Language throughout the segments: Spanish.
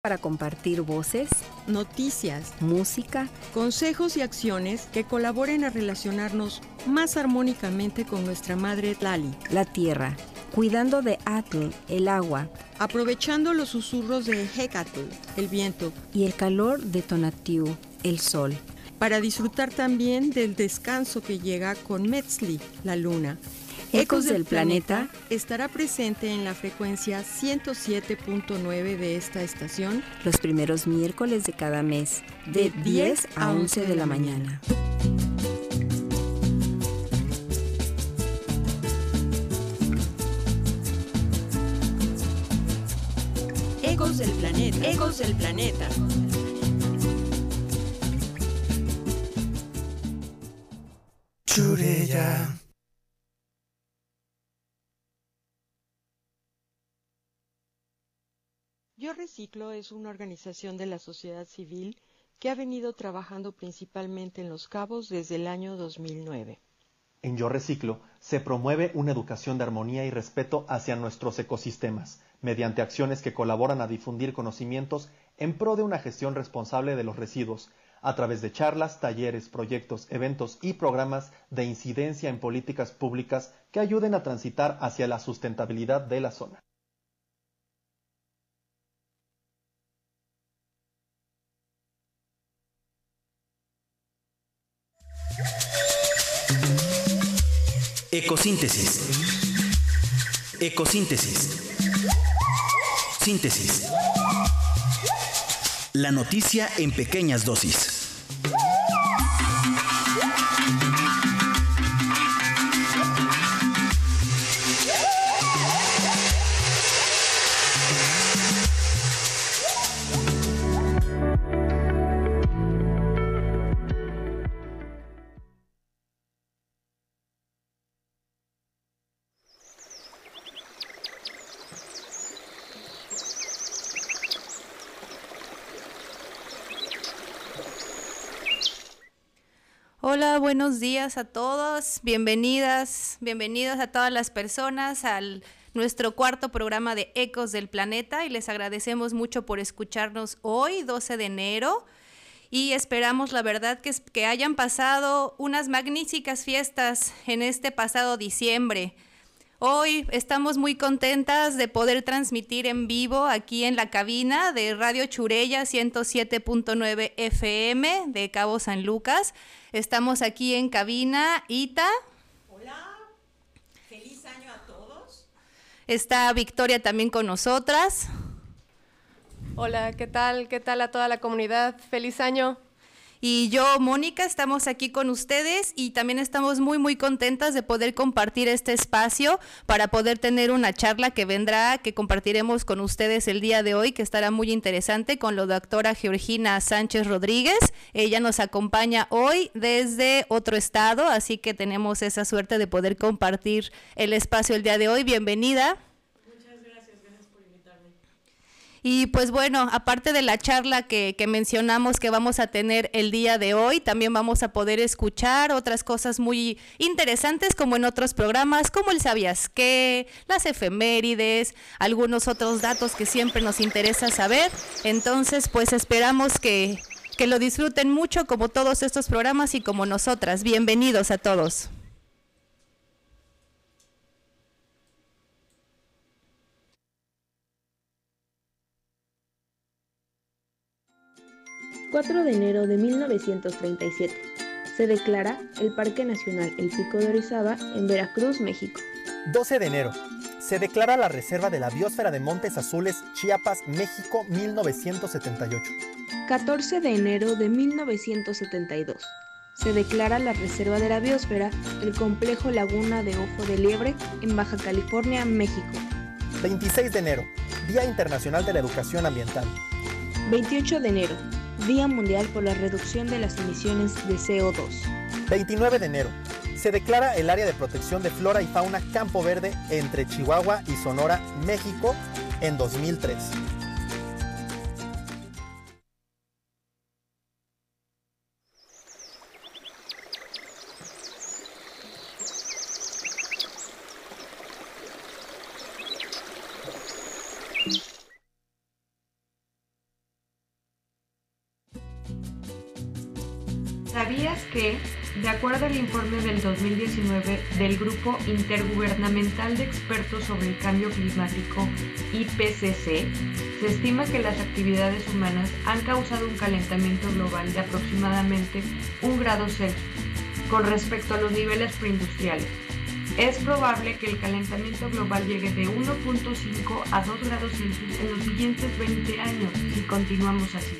para compartir voces, noticias, música, consejos y acciones que colaboren a relacionarnos más armónicamente con nuestra madre Tlali, la tierra, cuidando de Atl, el agua, aprovechando los susurros de Hecatl, el viento, y el calor de Tonatiuh, el sol, para disfrutar también del descanso que llega con Metzli, la luna. Ecos del Planeta estará presente en la frecuencia 107.9 de esta estación los primeros miércoles de cada mes, de 10 a 11 de la mañana. Ecos del Planeta. Ecos del Planeta. Chureya. Yo Reciclo es una organización de la sociedad civil que ha venido trabajando principalmente en Los Cabos desde el año 2009. En Yo Reciclo se promueve una educación de armonía y respeto hacia nuestros ecosistemas, mediante acciones que colaboran a difundir conocimientos en pro de una gestión responsable de los residuos, a través de charlas, talleres, proyectos, eventos y programas de incidencia en políticas públicas que ayuden a transitar hacia la sustentabilidad de la zona. Ecosíntesis. Ecosíntesis. Síntesis. La noticia en pequeñas dosis. Hola, buenos días a todos, bienvenidos a todas las personas al nuestro cuarto programa de Ecos del Planeta y les agradecemos mucho por escucharnos hoy, 12 de enero, y esperamos la verdad que hayan pasado unas magníficas fiestas en este pasado diciembre. Hoy estamos muy contentas de poder transmitir en vivo aquí en la cabina de Radio Chureya 107.9 FM de Cabo San Lucas. Estamos aquí en cabina. Ita. Hola, feliz año a todos. Está Victoria también con nosotras. Hola, ¿qué tal? ¿Qué tal a toda la comunidad? Feliz año. Y yo, Mónica, estamos aquí con ustedes y también estamos muy contentas de poder compartir este espacio para poder tener una charla que compartiremos con ustedes el día de hoy, que estará muy interesante con la doctora Georgina Sánchez Rodríguez. Ella nos acompaña hoy desde otro estado, así que tenemos esa suerte de poder compartir el espacio el día de hoy. Bienvenida. Y pues bueno, aparte de la charla que mencionamos que vamos a tener el día de hoy, también vamos a poder escuchar otras cosas muy interesantes como en otros programas, como el ¿Sabías qué?, las efemérides, algunos otros datos que siempre nos interesa saber. Entonces, pues esperamos que lo disfruten mucho como todos estos programas y como nosotras. Bienvenidos a todos. ...4 de enero de 1937... se declara el Parque Nacional El Pico de Orizaba en Veracruz, México. 12 de enero... se declara la Reserva de la Biosfera de Montes Azules, Chiapas, México, 1978. 14 de enero de 1972... se declara la Reserva de la Biosfera el Complejo Laguna de Ojo de Liebre en Baja California, México. 26 de enero... Día Internacional de la Educación Ambiental. 28 de enero... Día Mundial por la Reducción de las Emisiones de CO2. 29 de enero. Se declara el Área de Protección de Flora y Fauna Campo Verde entre Chihuahua y Sonora, México, en 2003. ¿Sabías que, de acuerdo al informe del 2019 del Grupo Intergubernamental de Expertos sobre el Cambio Climático, IPCC, se estima que las actividades humanas han causado un calentamiento global de aproximadamente 1 grado Celsius con respecto a los niveles preindustriales? Es probable que el calentamiento global llegue de 1.5 a 2 grados Celsius en los siguientes 20 años si continuamos así.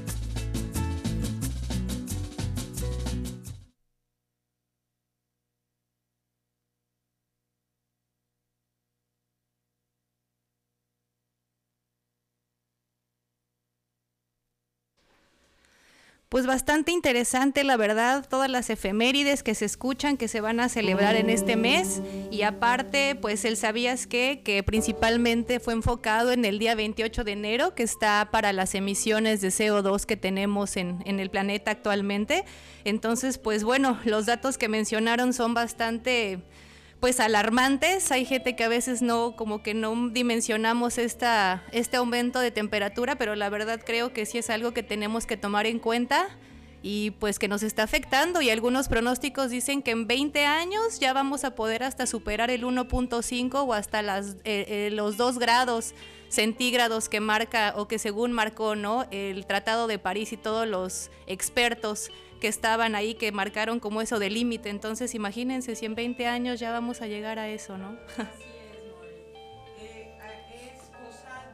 Pues bastante interesante, la verdad, todas las efemérides que se escuchan, que se van a celebrar en este mes, y aparte, pues el ¿sabías qué? Que principalmente fue enfocado en el día 28 de enero, que está para las emisiones de CO2 que tenemos en el planeta actualmente. Entonces, pues bueno, los datos que mencionaron son bastante, pues alarmantes. Hay gente que a veces no dimensionamos este aumento de temperatura, pero la verdad creo que sí es algo que tenemos que tomar en cuenta y pues que nos está afectando, y algunos pronósticos dicen que en 20 años ya vamos a poder hasta superar el 1.5 o hasta los 2 grados centígrados que marca, o que según marcó, ¿no?, el Tratado de París y todos los expertos que estaban ahí, que marcaron como eso de límite. Entonces imagínense si en 20 años ya vamos a llegar a eso, ¿no? Así es, Lore. Es cosa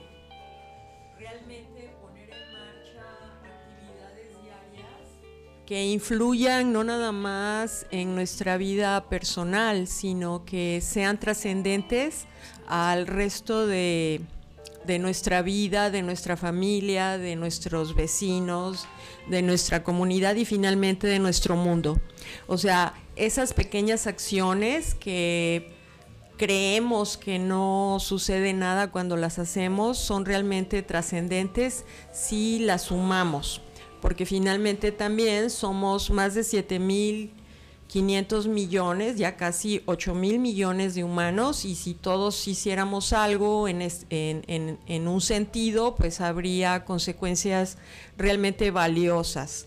de realmente poner en marcha actividades diarias que influyan no nada más en nuestra vida personal, sino que sean trascendentes al resto de nuestra vida, de nuestra familia, de nuestros vecinos, de nuestra comunidad y finalmente de nuestro mundo. O sea, esas pequeñas acciones que creemos que no sucede nada cuando las hacemos son realmente trascendentes si las sumamos, porque finalmente también somos más de 7.500 millones, ya casi 8.000 millones de humanos, y si todos hiciéramos algo en un sentido, pues habría consecuencias realmente valiosas.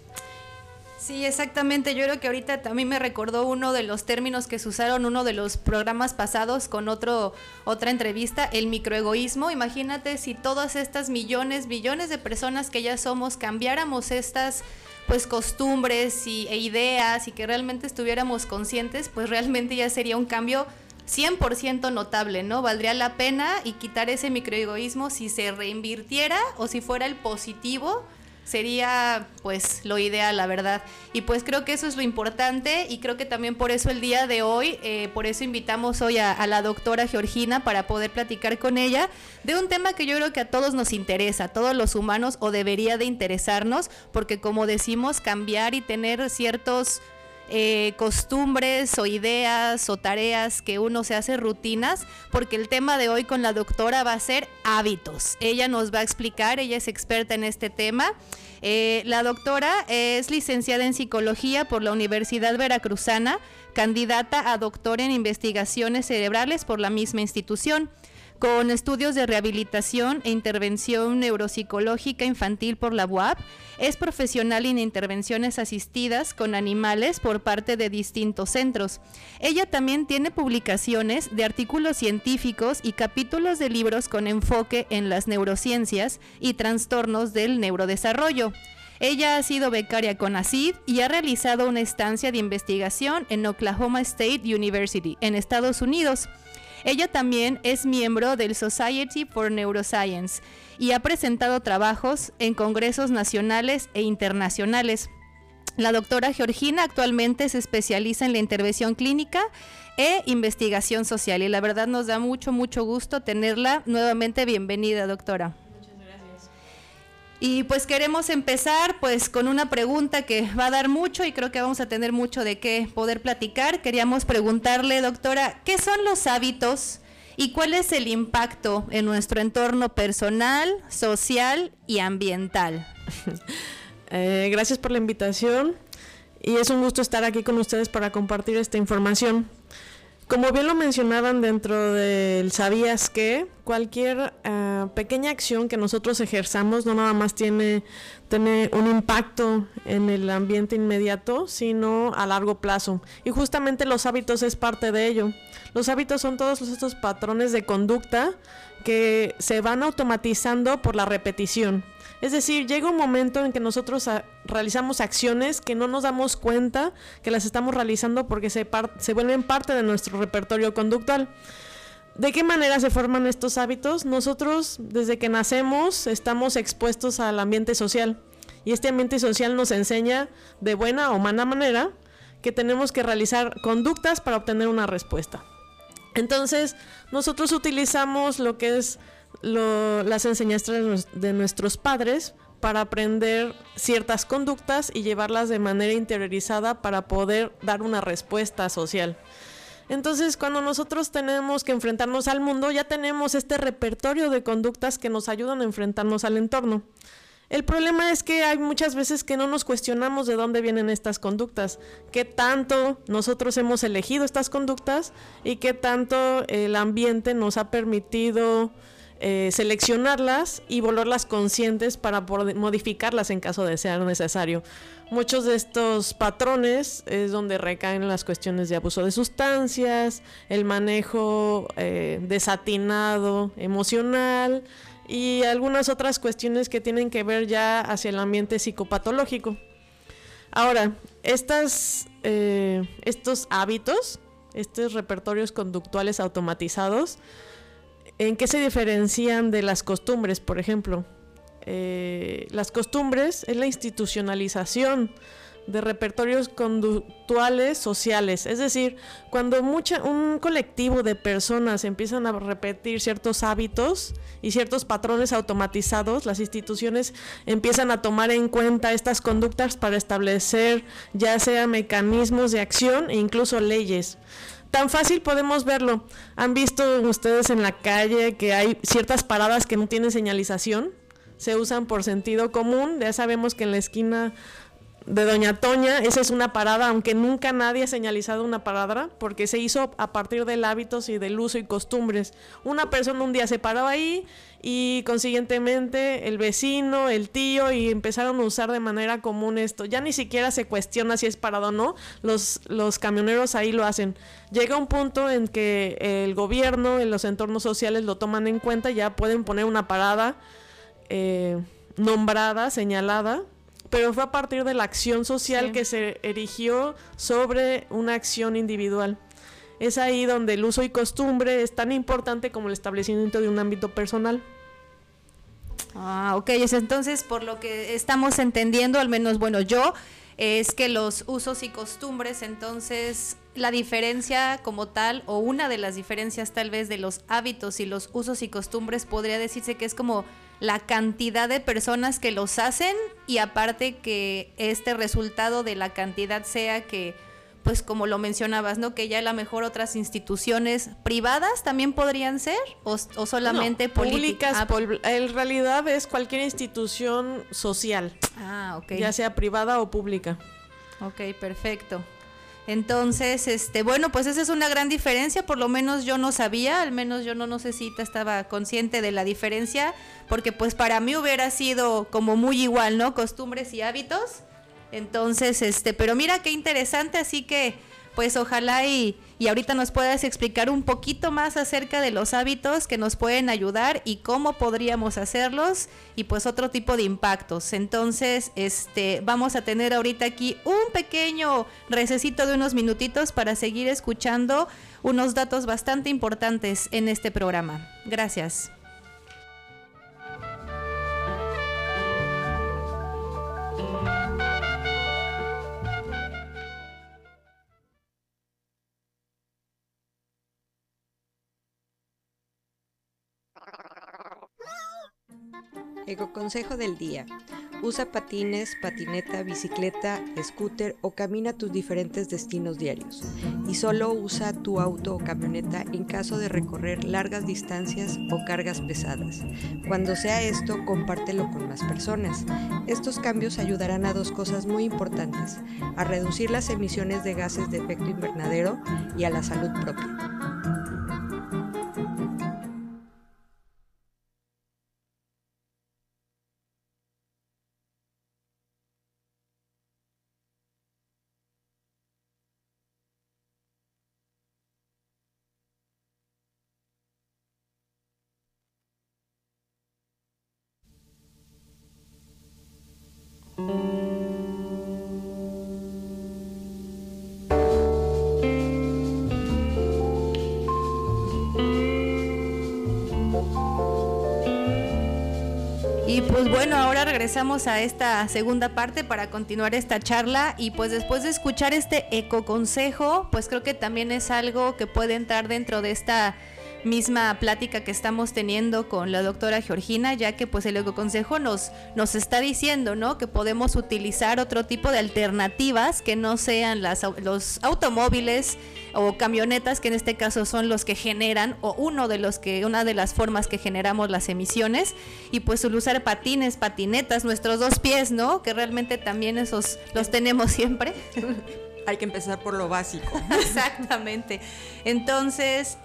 Sí, exactamente. Yo creo que ahorita también me recordó uno de los términos que se usaron uno de los programas pasados con otra entrevista, el microegoísmo. Imagínate si todas estas millones de personas que ya somos cambiáramos estas pues costumbres e ideas, y que realmente estuviéramos conscientes, pues realmente ya sería un cambio 100% notable, ¿no? Valdría la pena y quitar ese microegoísmo si se reinvirtiera, o si fuera el positivo, sería pues lo ideal, la verdad. Y pues creo que eso es lo importante, y creo que también por eso el día de hoy, por eso invitamos hoy a la doctora Georgina para poder platicar con ella de un tema que yo creo que a todos nos interesa, a todos los humanos, o debería de interesarnos, porque como decimos, cambiar y tener ciertos costumbres o ideas o tareas que uno se hace rutinas, porque el tema de hoy con la doctora va a ser hábitos. Ella nos va a explicar, ella es experta en este tema. La doctora es licenciada en psicología por la Universidad Veracruzana, candidata a doctora en investigaciones cerebrales por la misma institución, con estudios de rehabilitación e intervención neuropsicológica infantil por la UAP. Es profesional en intervenciones asistidas con animales por parte de distintos centros. Ella también tiene publicaciones de artículos científicos y capítulos de libros con enfoque en las neurociencias y trastornos del neurodesarrollo. Ella ha sido becaria con ACID y ha realizado una estancia de investigación en Oklahoma State University, en Estados Unidos. Ella también es miembro del Society for Neuroscience y ha presentado trabajos en congresos nacionales e internacionales. La doctora Georgina actualmente se especializa en la intervención clínica e investigación social, y la verdad nos da mucho gusto tenerla nuevamente. Bienvenida, doctora. Y pues queremos empezar pues con una pregunta que va a dar mucho, y creo que vamos a tener mucho de qué poder platicar. Queríamos preguntarle, doctora, ¿qué son los hábitos y cuál es el impacto en nuestro entorno personal, social y ambiental? Gracias por la invitación, y es un gusto estar aquí con ustedes para compartir esta información. Como bien lo mencionaban dentro del ¿sabías qué? Cualquier pequeña acción que nosotros ejerzamos no nada más tiene un impacto en el ambiente inmediato, sino a largo plazo. Y justamente los hábitos es parte de ello. Los hábitos son todos estos patrones de conducta que se van automatizando por la repetición. Es decir, llega un momento en que nosotros realizamos acciones que no nos damos cuenta que las estamos realizando porque se vuelven parte de nuestro repertorio conductual. ¿De qué manera se forman estos hábitos? Nosotros, desde que nacemos, estamos expuestos al ambiente social. Y este ambiente social nos enseña, de buena o mala manera, que tenemos que realizar conductas para obtener una respuesta. Entonces, nosotros utilizamos lo que es las enseñanzas de nuestros padres para aprender ciertas conductas y llevarlas de manera interiorizada para poder dar una respuesta social. Entonces, cuando nosotros tenemos que enfrentarnos al mundo, ya tenemos este repertorio de conductas que nos ayudan a enfrentarnos al entorno. El problema es que hay muchas veces que no nos cuestionamos de dónde vienen estas conductas, qué tanto nosotros hemos elegido estas conductas y qué tanto el ambiente nos ha permitido seleccionarlas y volverlas conscientes para poder modificarlas en caso de ser necesario. Muchos de estos patrones es donde recaen las cuestiones de abuso de sustancias, el manejo desatinado emocional y algunas otras cuestiones que tienen que ver ya hacia el ambiente psicopatológico. Ahora, estos hábitos, estos repertorios conductuales automatizados, ¿en qué se diferencian de las costumbres, por ejemplo? Las costumbres es la institucionalización de repertorios conductuales sociales. Es decir, cuando un colectivo de personas empiezan a repetir ciertos hábitos y ciertos patrones automatizados, las instituciones empiezan a tomar en cuenta estas conductas para establecer ya sea mecanismos de acción e incluso leyes. Tan fácil podemos verlo. ¿Han visto ustedes en la calle que hay ciertas paradas que no tienen señalización? Se usan por sentido común. Ya sabemos que en la esquina de Doña Toña esa es una parada, aunque nunca nadie ha señalizado una parada, porque se hizo a partir del hábitos y del uso y costumbres. Una persona un día se paraba ahí y consiguientemente el vecino, el tío, y empezaron a usar de manera común esto. Ya ni siquiera se cuestiona si es parado o no, los camioneros ahí lo hacen. Llega un punto en que el gobierno, en los entornos sociales lo toman en cuenta, ya pueden poner una parada nombrada, señalada, pero fue a partir de la acción social que se erigió sobre una acción individual. Es ahí donde el uso y costumbre es tan importante como el establecimiento de un ámbito personal. Ok, entonces por lo que estamos entendiendo, al menos bueno yo, es que los usos y costumbres, entonces la diferencia como tal, o una de las diferencias tal vez de los hábitos y los usos y costumbres, podría decirse que es como la cantidad de personas que los hacen, y aparte que este resultado de la cantidad sea que, pues como lo mencionabas, ¿no? Que ya a lo mejor otras instituciones privadas también podrían ser, o solamente no, públicas. En realidad es cualquier institución social. Ok. Ya sea privada o pública. Ok, perfecto. Entonces, bueno, pues esa es una gran diferencia, por lo menos yo no sabía, al menos yo no sé si estaba consciente de la diferencia, porque pues para mí hubiera sido como muy igual, ¿no? Costumbres y hábitos. Entonces, pero mira qué interesante, así que pues ojalá y ahorita nos puedas explicar un poquito más acerca de los hábitos que nos pueden ayudar y cómo podríamos hacerlos y pues otro tipo de impactos. Entonces, vamos a tener ahorita aquí un pequeño recesito de unos minutitos para seguir escuchando unos datos bastante importantes en este programa. Gracias. Ecoconsejo del día. Usa patines, patineta, bicicleta, scooter o camina a tus diferentes destinos diarios. Y solo usa tu auto o camioneta en caso de recorrer largas distancias o cargas pesadas. Cuando sea esto, compártelo con más personas. Estos cambios ayudarán a dos cosas muy importantes: a reducir las emisiones de gases de efecto invernadero y a la salud propia. Y pues bueno, ahora regresamos a esta segunda parte para continuar esta charla, y pues después de escuchar este ecoconsejo, pues creo que también es algo que puede entrar dentro de esta misma plática que estamos teniendo con la doctora Georgina, ya que pues el ecoconsejo nos está diciendo, ¿no?, que podemos utilizar otro tipo de alternativas que no sean los automóviles o camionetas, que en este caso son los que generan, o una de las formas que generamos las emisiones, y pues el usar patines, patinetas, nuestros dos pies, ¿no?, que realmente también esos los tenemos siempre. Hay que empezar por lo básico. Exactamente. Entonces,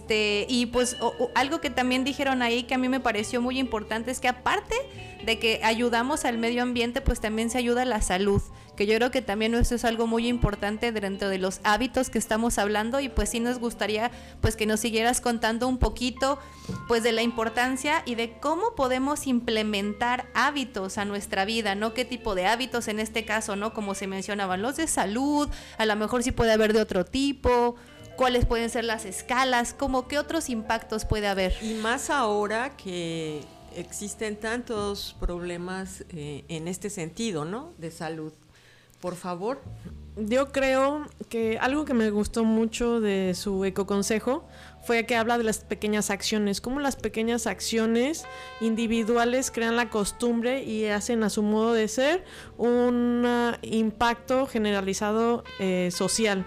y pues algo que también dijeron ahí que a mí me pareció muy importante es que aparte de que ayudamos al medio ambiente, pues también se ayuda a la salud, que yo creo que también eso es algo muy importante dentro de los hábitos que estamos hablando. Y pues sí nos gustaría pues que nos siguieras contando un poquito pues de la importancia y de cómo podemos implementar hábitos a nuestra vida, ¿no? ¿Qué tipo de hábitos en este caso, ¿no? Como se mencionaban, los de salud, a lo mejor sí puede haber de otro tipo, cuáles pueden ser las escalas, como qué otros impactos puede haber. Y más ahora que existen tantos problemas en este sentido, ¿no?, de salud. Por favor. Yo creo que algo que me gustó mucho de su ecoconsejo fue que habla de las pequeñas acciones, cómo las pequeñas acciones individuales crean la costumbre y hacen a su modo de ser un impacto generalizado social.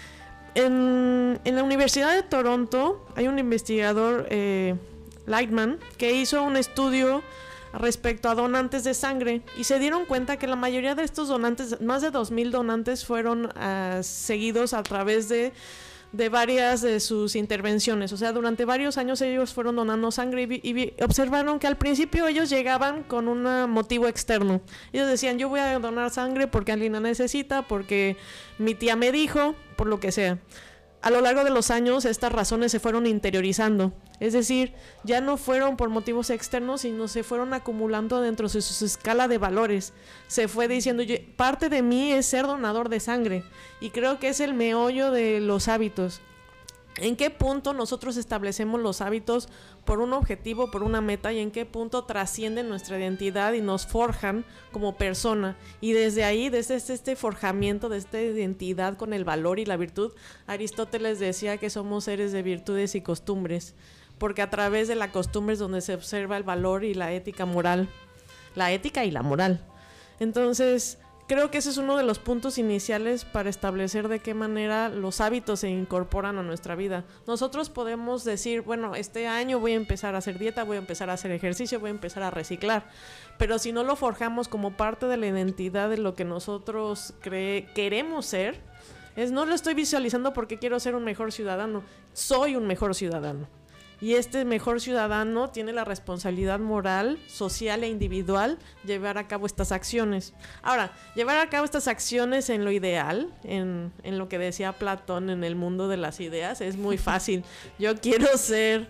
En la Universidad de Toronto hay un investigador, Lightman, que hizo un estudio respecto a donantes de sangre y se dieron cuenta que la mayoría de estos donantes, más de 2,000 donantes, fueron seguidos a través de varias de sus intervenciones. O sea, durante varios años ellos fueron donando sangre y observaron que al principio ellos llegaban con un motivo externo. Ellos decían: yo voy a donar sangre porque alguien la necesita, porque mi tía me dijo, por lo que sea. A lo largo de los años estas razones se fueron interiorizando, es decir, ya no fueron por motivos externos, sino se fueron acumulando dentro de su escala de valores. Se fue diciendo: parte de mí es ser donador de sangre, y creo que es el meollo de los hábitos. ¿En qué punto nosotros establecemos los hábitos por un objetivo, por una meta, y en qué punto trascienden nuestra identidad y nos forjan como persona? Y desde ahí, desde este forjamiento de esta identidad con el valor y la virtud, Aristóteles decía que somos seres de virtudes y costumbres, porque a través de la costumbre es donde se observa el valor y la ética moral, la ética y la moral. Entonces, creo que ese es uno de los puntos iniciales para establecer de qué manera los hábitos se incorporan a nuestra vida. Nosotros podemos decir: bueno, este año voy a empezar a hacer dieta, voy a empezar a hacer ejercicio, voy a empezar a reciclar. Pero si no lo forjamos como parte de la identidad de lo que nosotros queremos ser, no lo estoy visualizando porque quiero ser un mejor ciudadano. Soy un mejor ciudadano. Y este mejor ciudadano tiene la responsabilidad moral, social e individual llevar a cabo estas acciones. Ahora, llevar a cabo estas acciones en lo ideal, en lo que decía Platón, en el mundo de las ideas, es muy fácil. Yo quiero ser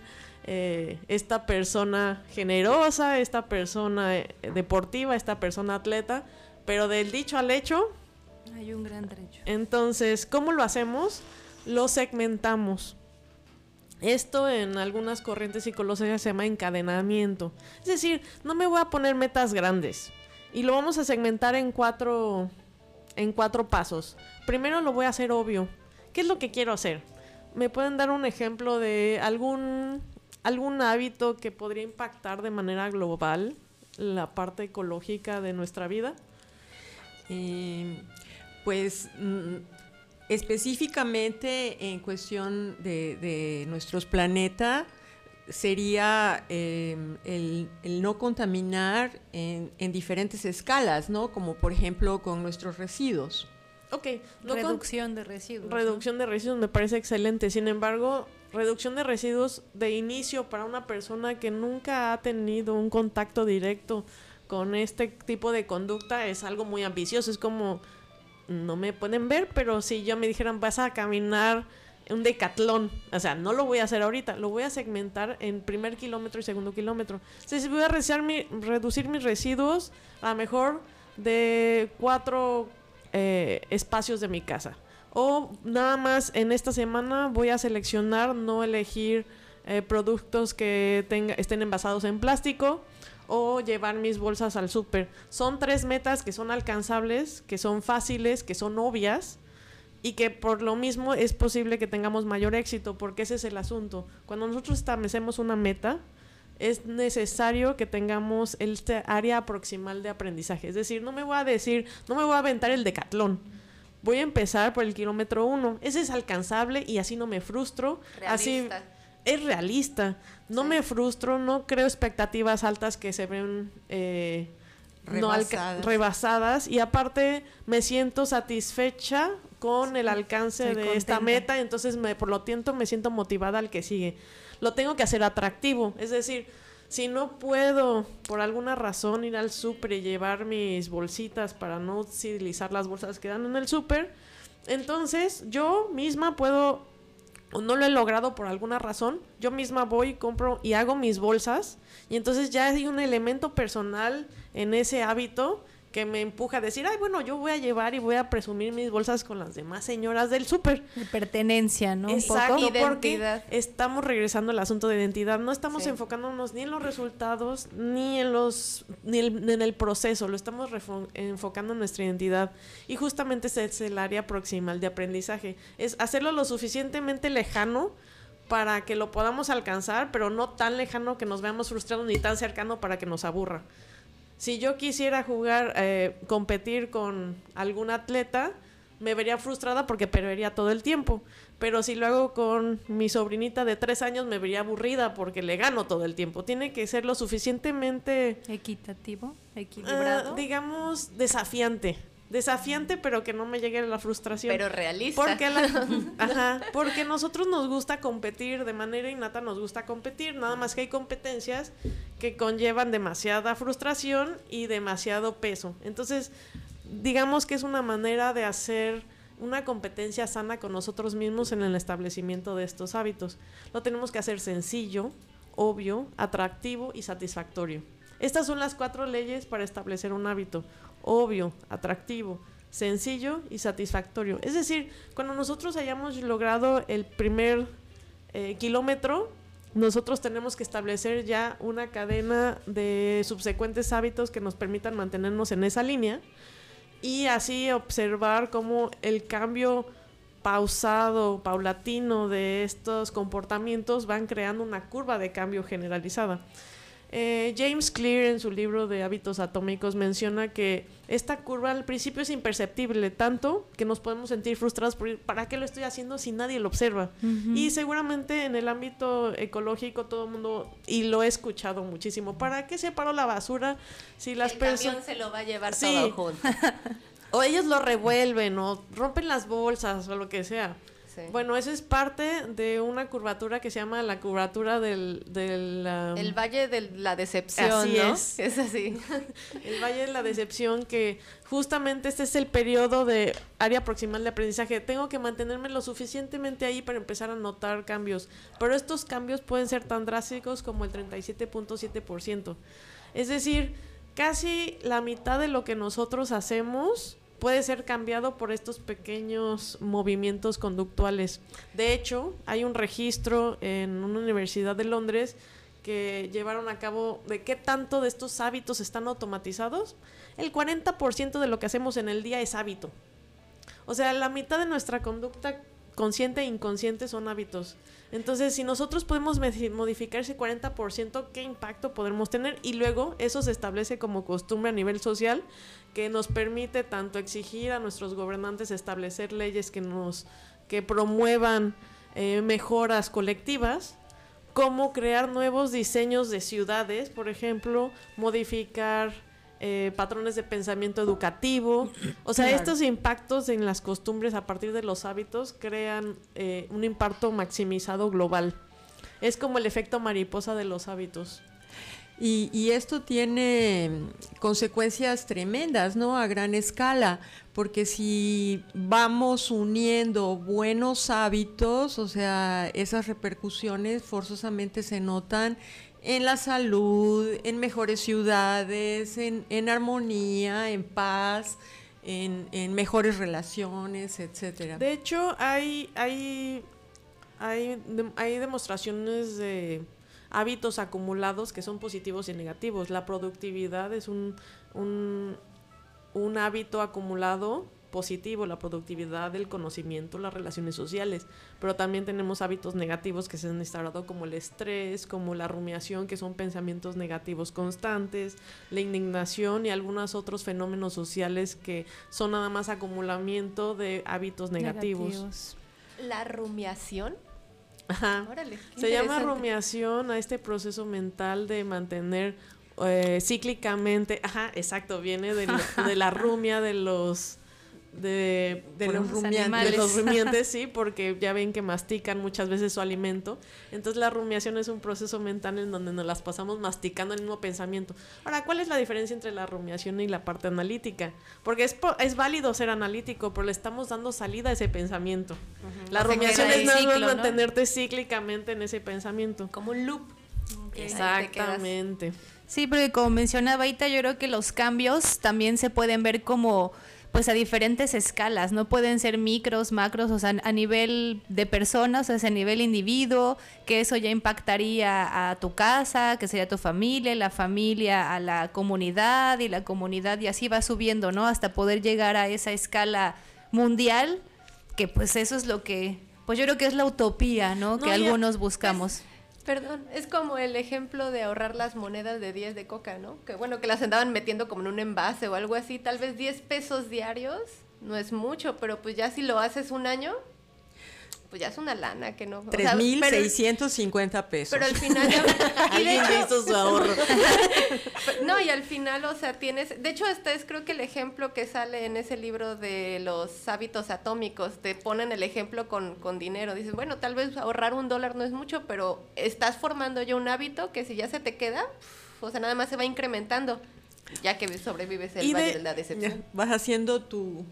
esta persona generosa, esta persona deportiva, esta persona atleta, pero del dicho al hecho hay un gran trecho. Entonces, ¿cómo lo hacemos? Lo segmentamos. Esto en algunas corrientes psicológicas se llama encadenamiento. Es decir, no me voy a poner metas grandes. Y lo vamos a segmentar en cuatro pasos. Primero lo voy a hacer obvio. ¿Qué es lo que quiero hacer? ¿Me pueden dar un ejemplo de algún hábito que podría impactar de manera global la parte ecológica de nuestra vida? Pues específicamente en cuestión de nuestros planetas, sería el no contaminar en diferentes escalas, ¿no? Como por ejemplo con nuestros residuos. Ok. Reducción de residuos. Reducción de residuos me parece excelente. Sin embargo, reducción de residuos de inicio para una persona que nunca ha tenido un contacto directo con este tipo de conducta es algo muy ambicioso. Es como, no me pueden ver, pero si yo me dijeran, vas a caminar un decatlón, o sea, no lo voy a hacer ahorita, lo voy a segmentar en primer kilómetro y segundo kilómetro. Entonces voy a reducir mis residuos a lo mejor de 4 espacios de mi casa. O nada más en esta semana voy a seleccionar no elegir productos que estén envasados en plástico o llevar mis bolsas al súper. Son 3 metas que son alcanzables, que son fáciles, que son obvias y que por lo mismo es posible que tengamos mayor éxito, porque ese es el asunto. Cuando nosotros establecemos una meta, es necesario que tengamos este área proximal de aprendizaje. Es decir, no me voy a aventar el decatlón. Voy a empezar por el kilómetro 1. Ese es alcanzable y así no me frustro. Realista. Así es realista. No me frustro, no creo expectativas altas que se ven rebasadas. Y aparte me siento satisfecha con el alcance de esta meta. Entonces, por lo tanto, me siento motivada al que sigue. Lo tengo que hacer atractivo. Es decir, si no puedo, por alguna razón, ir al súper y llevar mis bolsitas para no utilizar las bolsas que dan en el súper, entonces yo misma puedo, o no lo he logrado por alguna razón, yo misma voy, compro y hago mis bolsas, y entonces ya hay un elemento personal en ese hábito que me empuja a decir, ay, bueno, yo voy a llevar y voy a presumir mis bolsas con las demás señoras del súper. De pertenencia, ¿no? Exacto, un poco. Porque estamos regresando al asunto de identidad. No estamos enfocándonos ni en los resultados, ni en el proceso. Lo estamos enfocando en nuestra identidad. Y justamente ese es el área proximal de aprendizaje. Es hacerlo lo suficientemente lejano para que lo podamos alcanzar, pero no tan lejano que nos veamos frustrados, ni tan cercano para que nos aburra. Si yo quisiera competir con algún atleta, me vería frustrada porque perdería todo el tiempo. Pero si lo hago con mi sobrinita de 3 años, me vería aburrida porque le gano todo el tiempo. Tiene que ser lo suficientemente... equitativo, equilibrado. Digamos, desafiante, pero que no me llegue a la frustración. Pero realista. Porque nosotros nos gusta competir, de manera innata nos gusta competir, nada más que hay competencias que conllevan demasiada frustración y demasiado peso. Entonces, digamos que es una manera de hacer una competencia sana con nosotros mismos en el establecimiento de estos hábitos. Lo tenemos que hacer sencillo, obvio, atractivo y satisfactorio. Estas son las 4 leyes para establecer un hábito: obvio, atractivo, sencillo y satisfactorio. Es decir, cuando nosotros hayamos logrado el primer kilómetro, nosotros tenemos que establecer ya una cadena de subsecuentes hábitos que nos permitan mantenernos en esa línea y así observar cómo el cambio paulatino de estos comportamientos van creando una curva de cambio generalizada. James Clear, en su libro de Hábitos Atómicos, menciona que esta curva al principio es imperceptible, tanto que nos podemos sentir frustrados por ¿para qué lo estoy haciendo si nadie lo observa? Y seguramente en el ámbito ecológico todo el mundo, y lo he escuchado muchísimo, ¿para qué separo la basura si las personas... El camión se lo va a llevar todo junto. O ellos lo revuelven, o rompen las bolsas, o lo que sea. Sí. Bueno, eso es parte de una curvatura que se llama la curvatura del el Valle de la Decepción, así ¿no? Es así. El Valle de la Decepción, que justamente este es el periodo de área proximal de aprendizaje. Tengo que mantenerme lo suficientemente ahí para empezar a notar cambios. Pero estos cambios pueden ser tan drásticos como el 37.7%. Es decir, casi la mitad de lo que nosotros hacemos puede ser cambiado por estos pequeños movimientos conductuales. De hecho, hay un registro en una universidad de Londres que llevaron a cabo de qué tanto de estos hábitos están automatizados. El 40% de lo que hacemos en el día es hábito. O sea, la mitad de nuestra conducta consciente e inconsciente son hábitos. Entonces, si nosotros podemos modificar ese 40%, ¿qué impacto podremos tener? Y luego eso se establece como costumbre a nivel social, que nos permite tanto exigir a nuestros gobernantes establecer leyes que promuevan mejoras colectivas, como crear nuevos diseños de ciudades, por ejemplo, modificar patrones de pensamiento educativo. O sea, estos impactos en las costumbres a partir de los hábitos crean un impacto maximizado global. Es como el efecto mariposa de los hábitos. Y esto tiene consecuencias tremendas, ¿no? A gran escala, porque si vamos uniendo buenos hábitos, o sea, esas repercusiones forzosamente se notan en la salud, en mejores ciudades, en armonía, en paz, en mejores relaciones, etcétera. De hecho, hay demostraciones de hábitos acumulados que son positivos y negativos. La productividad es un hábito acumulado positivo, la productividad del conocimiento, las relaciones sociales, pero también tenemos hábitos negativos que se han instaurado, como el estrés, como la rumiación, que son pensamientos negativos constantes, la indignación y algunos otros fenómenos sociales que son nada más acumulamiento de hábitos negativos. ¿La rumiación? Ajá. Órale, se llama rumiación a este proceso mental de mantener cíclicamente, exacto, viene de la rumia de los rumiantes, sí, porque ya ven que mastican muchas veces su alimento. Entonces la rumiación es un proceso mental en donde nos las pasamos masticando el mismo pensamiento. Ahora, ¿cuál es la diferencia entre la rumiación y la parte analítica? Porque es válido ser analítico, pero le estamos dando salida a ese pensamiento. La rumiación es nada más mantenerte cíclicamente en ese pensamiento. Como un loop. Exactamente. Sí, porque como mencionaba Ita, yo creo que los cambios también se pueden ver como pues a diferentes escalas, no pueden ser micros, macros, o sea, a nivel de personas, o sea, a nivel individuo, que eso ya impactaría a tu casa, que sería tu familia, la familia a la comunidad, y la comunidad, y así va subiendo, ¿no? Hasta poder llegar a esa escala mundial, que pues eso es lo que, pues yo creo que es la utopía, ¿no? Que algunos buscamos. Perdón, es como el ejemplo de ahorrar las monedas de 10 de coca, ¿no? Que bueno, que las andaban metiendo como en un envase o algo así, tal vez 10 pesos diarios, no es mucho, pero pues ya si lo haces un año, pues ya es una lana que no... 3,650 pesos. Pero al final... Alguien hizo su ahorro. No, y al final, o sea, tienes... De hecho, este es creo que el ejemplo que sale en ese libro de los hábitos atómicos. Te ponen el ejemplo con dinero. Dices, bueno, tal vez ahorrar $1 no es mucho, pero estás formando ya un hábito que si ya se te queda, o sea, nada más se va incrementando, ya que sobrevives el valle de la decepción. Vas haciendo tu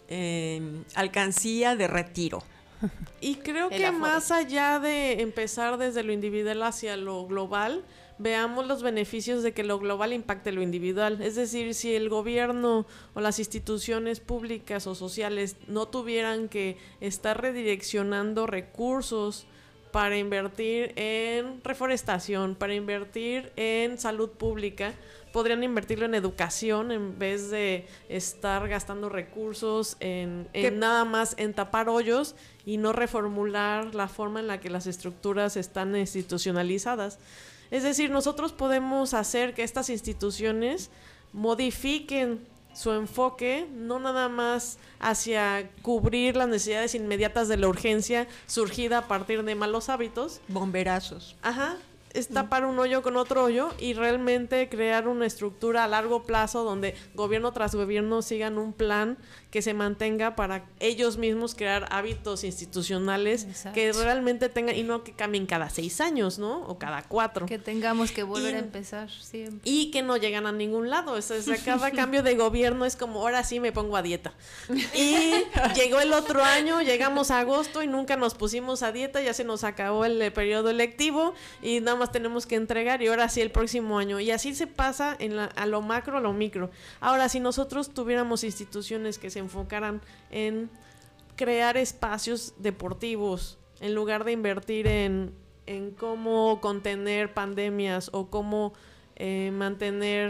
alcancía de retiro. Y creo que más allá de empezar desde lo individual hacia lo global, veamos los beneficios de que lo global impacte lo individual. Es decir, si el gobierno o las instituciones públicas o sociales no tuvieran que estar redireccionando recursos para invertir en reforestación, para invertir en salud pública, podrían invertirlo en educación en vez de estar gastando recursos en nada más en tapar hoyos y no reformular la forma en la que las estructuras están institucionalizadas. Es decir, nosotros podemos hacer que estas instituciones modifiquen su enfoque, no nada más hacia cubrir las necesidades inmediatas de la urgencia surgida a partir de malos hábitos. Bomberazos. Ajá. Es tapar un hoyo con otro hoyo y realmente crear una estructura a largo plazo donde gobierno tras gobierno sigan un plan que se mantenga para ellos mismos crear hábitos institucionales. Exacto. Que realmente tengan, y no que cambien cada 6 años, ¿no? O cada 4. Que tengamos que volver a empezar siempre. Y que no llegan a ningún lado. O sea, cada cambio de gobierno es como, ahora sí me pongo a dieta. Y llegó el otro año, llegamos a agosto y nunca nos pusimos a dieta, ya se nos acabó el periodo electivo y nada más tenemos que entregar y ahora sí el próximo año. Y así se pasa a lo macro, a lo micro. Ahora, si nosotros tuviéramos instituciones que se enfocaran en crear espacios deportivos en lugar de invertir en cómo contener pandemias o cómo mantener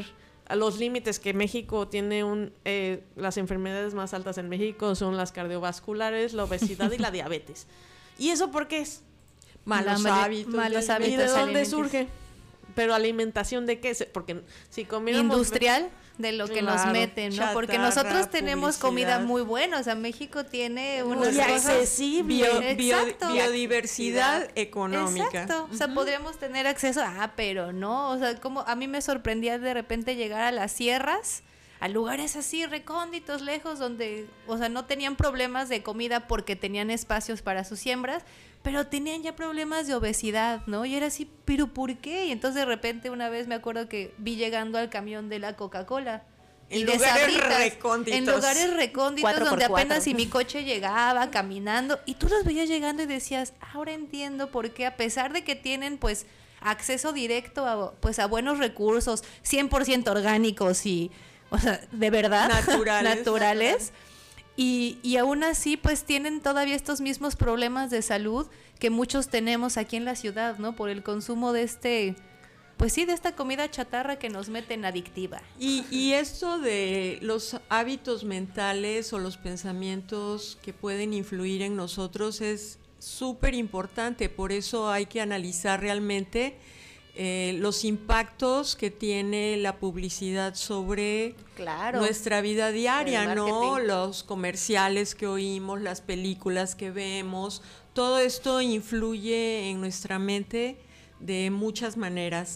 a los límites que México tiene las enfermedades más altas en México son las cardiovasculares, la obesidad y la diabetes. ¿Y eso por qué es? Malos hábitos. ¿Y de dónde surge? Pero alimentación de qué, porque si comiéramos industrial de lo que nos meten, ¿no? Chatarra, porque nosotros tenemos publicidad. comida muy buena, o sea, México tiene unas y cosas accesible, biodiversidad económica. Exacto, o sea, podríamos tener acceso, pero no, o sea, como a mí me sorprendía de repente llegar a las sierras, a lugares así recónditos, lejos, donde, o sea, no tenían problemas de comida porque tenían espacios para sus siembras, pero tenían ya problemas de obesidad, ¿no? Y era así, ¿pero por qué? Y entonces de repente una vez me acuerdo que vi llegando al camión de la Coca-Cola. En lugares recónditos. En lugares recónditos 4x4. donde apenas si mi coche llegaba caminando y tú los veías llegando y decías, ahora entiendo por qué, a pesar de que tienen pues acceso directo a buenos recursos, 100% orgánicos y, o sea, de verdad, naturales. Y aún así, pues tienen todavía estos mismos problemas de salud que muchos tenemos aquí en la ciudad, ¿no? Por el consumo de pues sí, de esta comida chatarra que nos meten adictiva. Y esto de los hábitos mentales o los pensamientos que pueden influir en nosotros es súper importante. Por eso hay que analizar realmente los impactos que tiene la publicidad sobre nuestra vida diaria, ¿no? Los comerciales que oímos, las películas que vemos, todo esto influye en nuestra mente de muchas maneras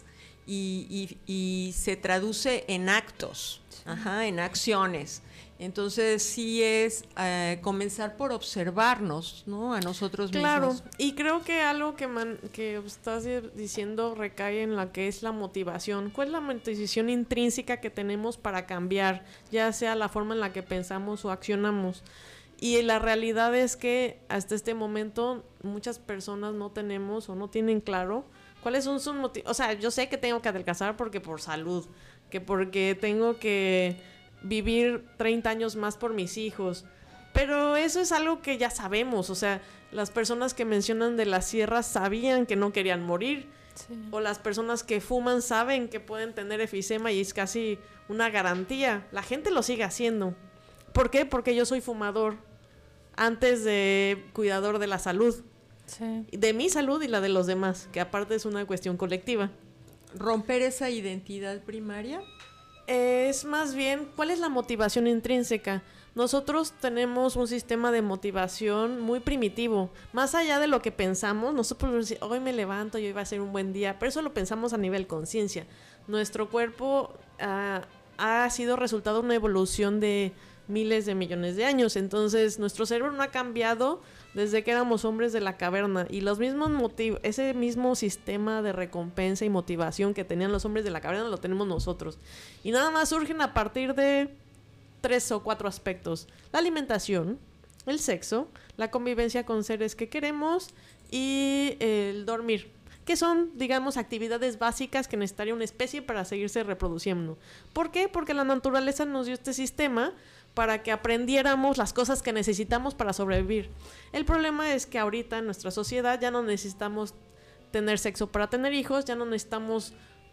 y se traduce en actos, en acciones. Entonces sí es comenzar por observarnos, ¿no? A nosotros mismos. Claro, y creo que algo que estás diciendo recae en la que es la motivación. ¿Cuál es la motivación intrínseca que tenemos para cambiar, ya sea la forma en la que pensamos o accionamos? Y la realidad es que hasta este momento muchas personas no tenemos o no tienen claro cuáles son sus motivos. O sea, yo sé que tengo que adelgazar porque por salud, que porque tengo que vivir 30 años más por mis hijos, pero eso es algo que ya sabemos. O sea, las personas que mencionan de las sierras sabían que no querían morir, o las personas que fuman saben que pueden tener efisema y es casi una garantía. La gente lo sigue haciendo. ¿Por qué? Porque yo soy fumador antes de cuidador de la salud, de mi salud y la de los demás, que aparte es una cuestión colectiva. ¿Romper esa identidad primaria? Es más bien, ¿cuál es la motivación intrínseca? Nosotros tenemos un sistema de motivación muy primitivo. Más allá de lo que pensamos, nosotros hoy me levanto y hoy va a ser un buen día, pero eso lo pensamos a nivel conciencia. Nuestro cuerpo ha sido resultado de una evolución de miles de millones de años. Entonces, nuestro cerebro no ha cambiado desde que éramos hombres de la caverna. Y los mismos ese mismo sistema de recompensa y motivación que tenían los hombres de la caverna lo tenemos nosotros. Y nada más surgen a partir de 3 o 4 aspectos: la alimentación, el sexo, la convivencia con seres que queremos y el dormir, que son, digamos, actividades básicas que necesitaría una especie para seguirse reproduciendo. ¿Por qué? Porque la naturaleza nos dio este sistema para que aprendiéramos las cosas que necesitamos para sobrevivir. El problema es que ahorita en nuestra sociedad ya no necesitamos tener sexo para tener hijos, ya no necesitamos,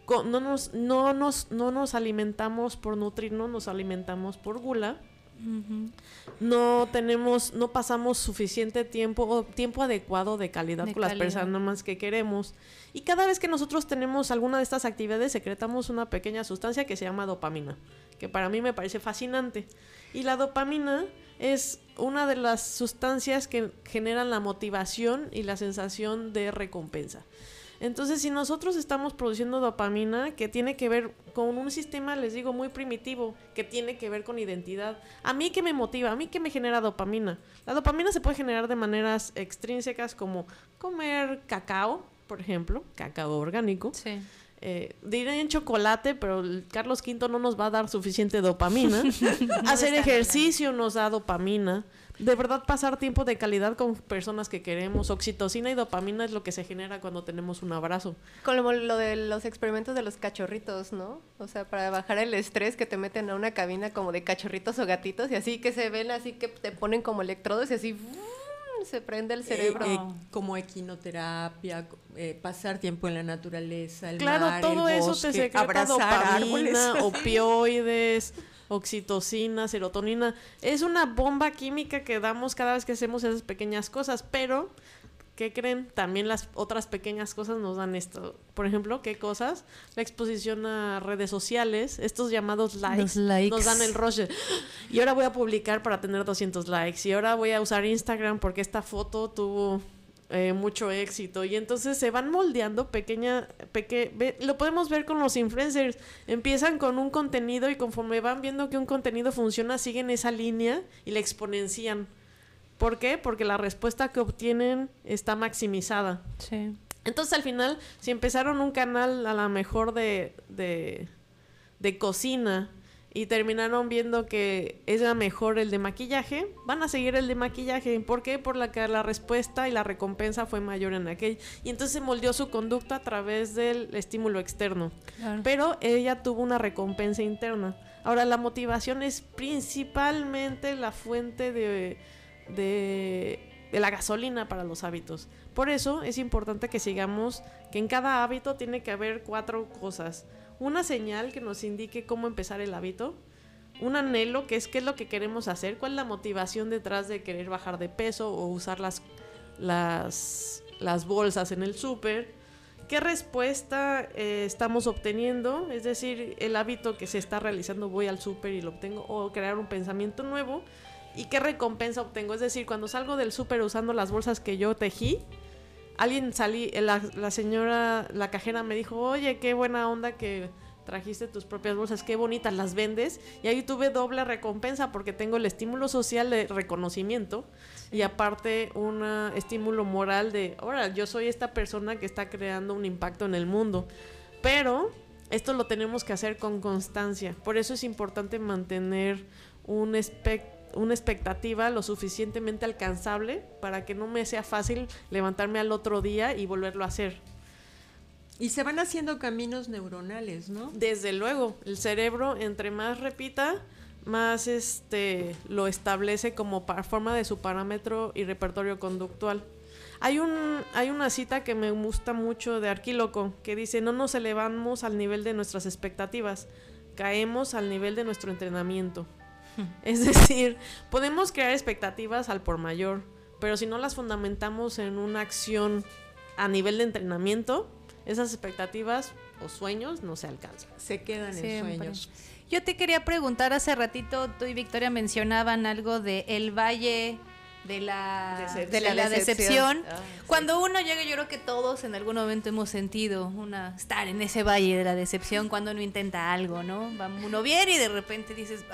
no nos alimentamos por nutrirnos, nos alimentamos por gula. Uh-huh. No pasamos suficiente tiempo adecuado de calidad con las personas que queremos, y cada vez que nosotros tenemos alguna de estas actividades secretamos una pequeña sustancia que se llama dopamina, que para mí me parece fascinante. Y la dopamina es una de las sustancias que generan la motivación y la sensación de recompensa. Entonces, si nosotros estamos produciendo dopamina, que tiene que ver con un sistema, les digo, muy primitivo, que tiene que ver con identidad. ¿A mí qué me motiva? ¿A mí qué me genera dopamina? La dopamina se puede generar de maneras extrínsecas, como comer cacao, por ejemplo, cacao orgánico. Sí. Diré en chocolate, pero el Carlos V no nos va a dar suficiente dopamina. Hacer ejercicio nos da dopamina. De verdad, pasar tiempo de calidad con personas que queremos. Oxitocina y dopamina es lo que se genera cuando tenemos un abrazo. Como lo de los experimentos de los cachorritos, ¿no? O sea, para bajar el estrés, que te meten a una cabina como de cachorritos o gatitos y así que se ven, así que te ponen como electrodos y así se prende el cerebro. Como equinoterapia, pasar tiempo en la naturaleza, el claro, mar, todo el eso bosque, te secreta abrazar árboles. dopamina, opioides, oxitocina, serotonina. Es una bomba química que damos cada vez que hacemos esas pequeñas cosas, pero ¿qué creen? También las otras pequeñas cosas nos dan esto. Por ejemplo, ¿qué cosas? La exposición a redes sociales, estos llamados likes, nos dan el rush. Y ahora voy a publicar para tener 200 likes. Y ahora voy a usar Instagram porque esta foto tuvo mucho éxito. Y entonces se van moldeando lo podemos ver con los influencers. Empiezan con un contenido y conforme van viendo que un contenido funciona, siguen esa línea y la exponencian. ¿Por qué? Porque la respuesta que obtienen está maximizada. Sí. Entonces, al final, si empezaron un canal a lo mejor de cocina y terminaron viendo que era mejor el de maquillaje, van a seguir el de maquillaje. ¿Por qué? Por la que la respuesta y la recompensa fue mayor en aquel. Y entonces se moldeó su conducta a través del estímulo externo. Claro. Pero ella tuvo una recompensa interna. Ahora, la motivación es principalmente la fuente de la gasolina para los hábitos. Por eso es importante que sigamos que en cada hábito tiene que haber 4 cosas. Una señal que nos indique cómo empezar el hábito, un anhelo, que es qué es lo que queremos hacer, cuál es la motivación detrás de querer bajar de peso o usar las bolsas en el súper, qué respuesta estamos obteniendo, es decir, el hábito que se está realizando, voy al súper y lo obtengo, o crear un pensamiento nuevo. ¿Y qué recompensa obtengo? Es decir, cuando salgo del súper usando las bolsas que yo tejí, la señora, la cajera me dijo, oye, qué buena onda que trajiste tus propias bolsas, qué bonitas, las vendes. Y ahí tuve doble recompensa porque tengo el estímulo social de reconocimiento y aparte un estímulo moral de, ahora, yo soy esta persona que está creando un impacto en el mundo. Pero esto lo tenemos que hacer con constancia. Por eso es importante mantener una expectativa lo suficientemente alcanzable para que no me sea fácil levantarme al otro día y volverlo a hacer. Y se van haciendo caminos neuronales, ¿no? Desde luego, el cerebro entre más repita, más lo establece como forma de su parámetro y repertorio conductual. Hay una cita que me gusta mucho de Arquíloco que dice, no nos elevamos al nivel de nuestras expectativas, caemos al nivel de nuestro entrenamiento. Es decir, podemos crear expectativas al por mayor, pero si no las fundamentamos en una acción a nivel de entrenamiento, esas expectativas o sueños no se alcanzan. Se quedan en sueños. Yo te quería preguntar, hace ratito tú y Victoria mencionaban algo de el valle de la decepción. Cuando uno llega, yo creo que todos en algún momento hemos sentido estar en ese valle de la decepción cuando uno intenta algo, ¿no? Va uno bien y de repente dices,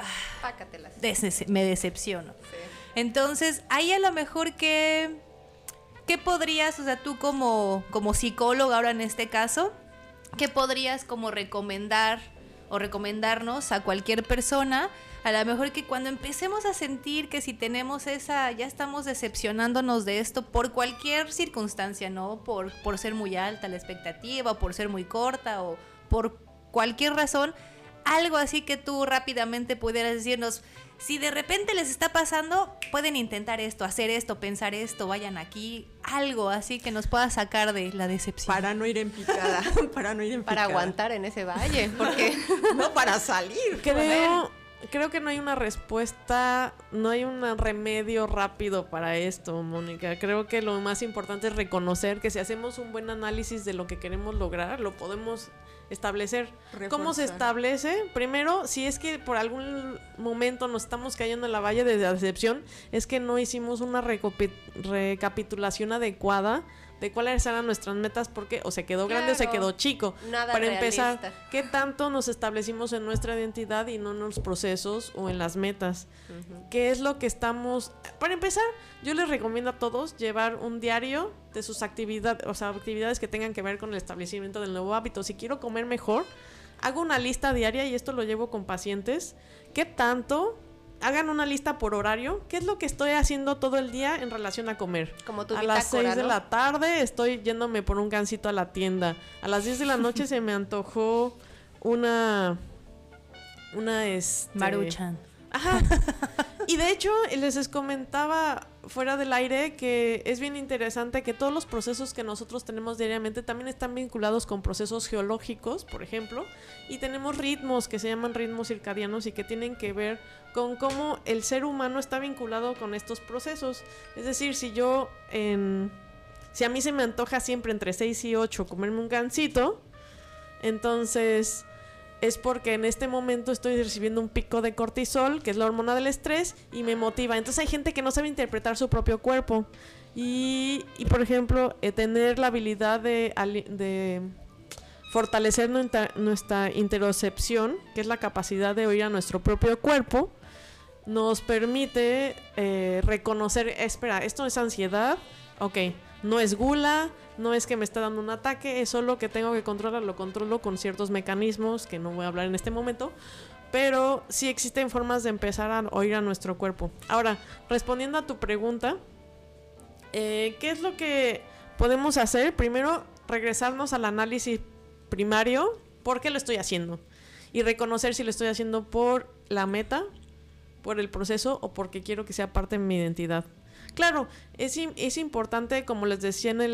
me decepciono. Sí. Entonces, ahí a lo mejor ¿qué podrías, o sea, tú como psicóloga ahora en este caso, qué podrías como recomendar o recomendarnos a cualquier persona? A lo mejor que cuando empecemos a sentir que si tenemos ya estamos decepcionándonos de esto por cualquier circunstancia, ¿no? Por ser muy alta la expectativa, o por ser muy corta, o por cualquier razón, algo así que tú rápidamente pudieras decirnos, si de repente les está pasando, pueden intentar esto, hacer esto, pensar esto, vayan aquí, algo así que nos pueda sacar de la decepción. Para no ir en picada, para aguantar en ese valle, porque no para salir. Creo que no hay una respuesta, no hay un remedio rápido para esto, Mónica. Creo que lo más importante es reconocer que si hacemos un buen análisis de lo que queremos lograr, lo podemos establecer. Reforzar. ¿Cómo se establece? Primero, si es que por algún momento nos estamos cayendo en la valle de la decepción, es que no hicimos una recapitulación adecuada de cuáles eran nuestras metas, porque o se quedó grande o se quedó chico. Nada para realista. Empezar, ¿qué tanto nos establecimos en nuestra identidad y no en los procesos o en las metas? ¿Qué es lo que estamos...? Para empezar, yo les recomiendo a todos llevar un diario de sus actividades, o sea, actividades que tengan que ver con el establecimiento del nuevo hábito. Si quiero comer mejor, hago una lista diaria y esto lo llevo con pacientes. ¿Qué tanto...? Hagan una lista por horario. ¿Qué es lo que estoy haciendo todo el día en relación a comer? Como tu a las 6 de la tarde estoy yéndome por un gansito a la tienda. A las 10 de la noche se me antojó una Maruchan. Ajá. Y de hecho, les comentaba fuera del aire que es bien interesante que todos los procesos que nosotros tenemos diariamente también están vinculados con procesos geológicos, por ejemplo, y tenemos ritmos que se llaman ritmos circadianos y que tienen que ver con cómo el ser humano está vinculado con estos procesos. Es decir, si a mí se me antoja siempre entre 6 y 8 comerme un gansito, entonces es porque en este momento estoy recibiendo un pico de cortisol, que es la hormona del estrés, y me motiva. Entonces hay gente que no sabe interpretar su propio cuerpo. Y por ejemplo, tener la habilidad de fortalecer nuestra interocepción, que es la capacidad de oír a nuestro propio cuerpo, nos permite reconocer, espera, esto es ansiedad, ok, no es gula, no es que me está dando un ataque, es solo que tengo que controlar, lo controlo con ciertos mecanismos que no voy a hablar en este momento, pero sí existen formas de empezar a oír a nuestro cuerpo. Ahora, respondiendo a tu pregunta, ¿qué es lo que podemos hacer? Primero, regresarnos al análisis primario, ¿por qué lo estoy haciendo? Y reconocer si lo estoy haciendo por la meta, por el proceso o porque quiero que sea parte de mi identidad. Claro, es importante, como les decía en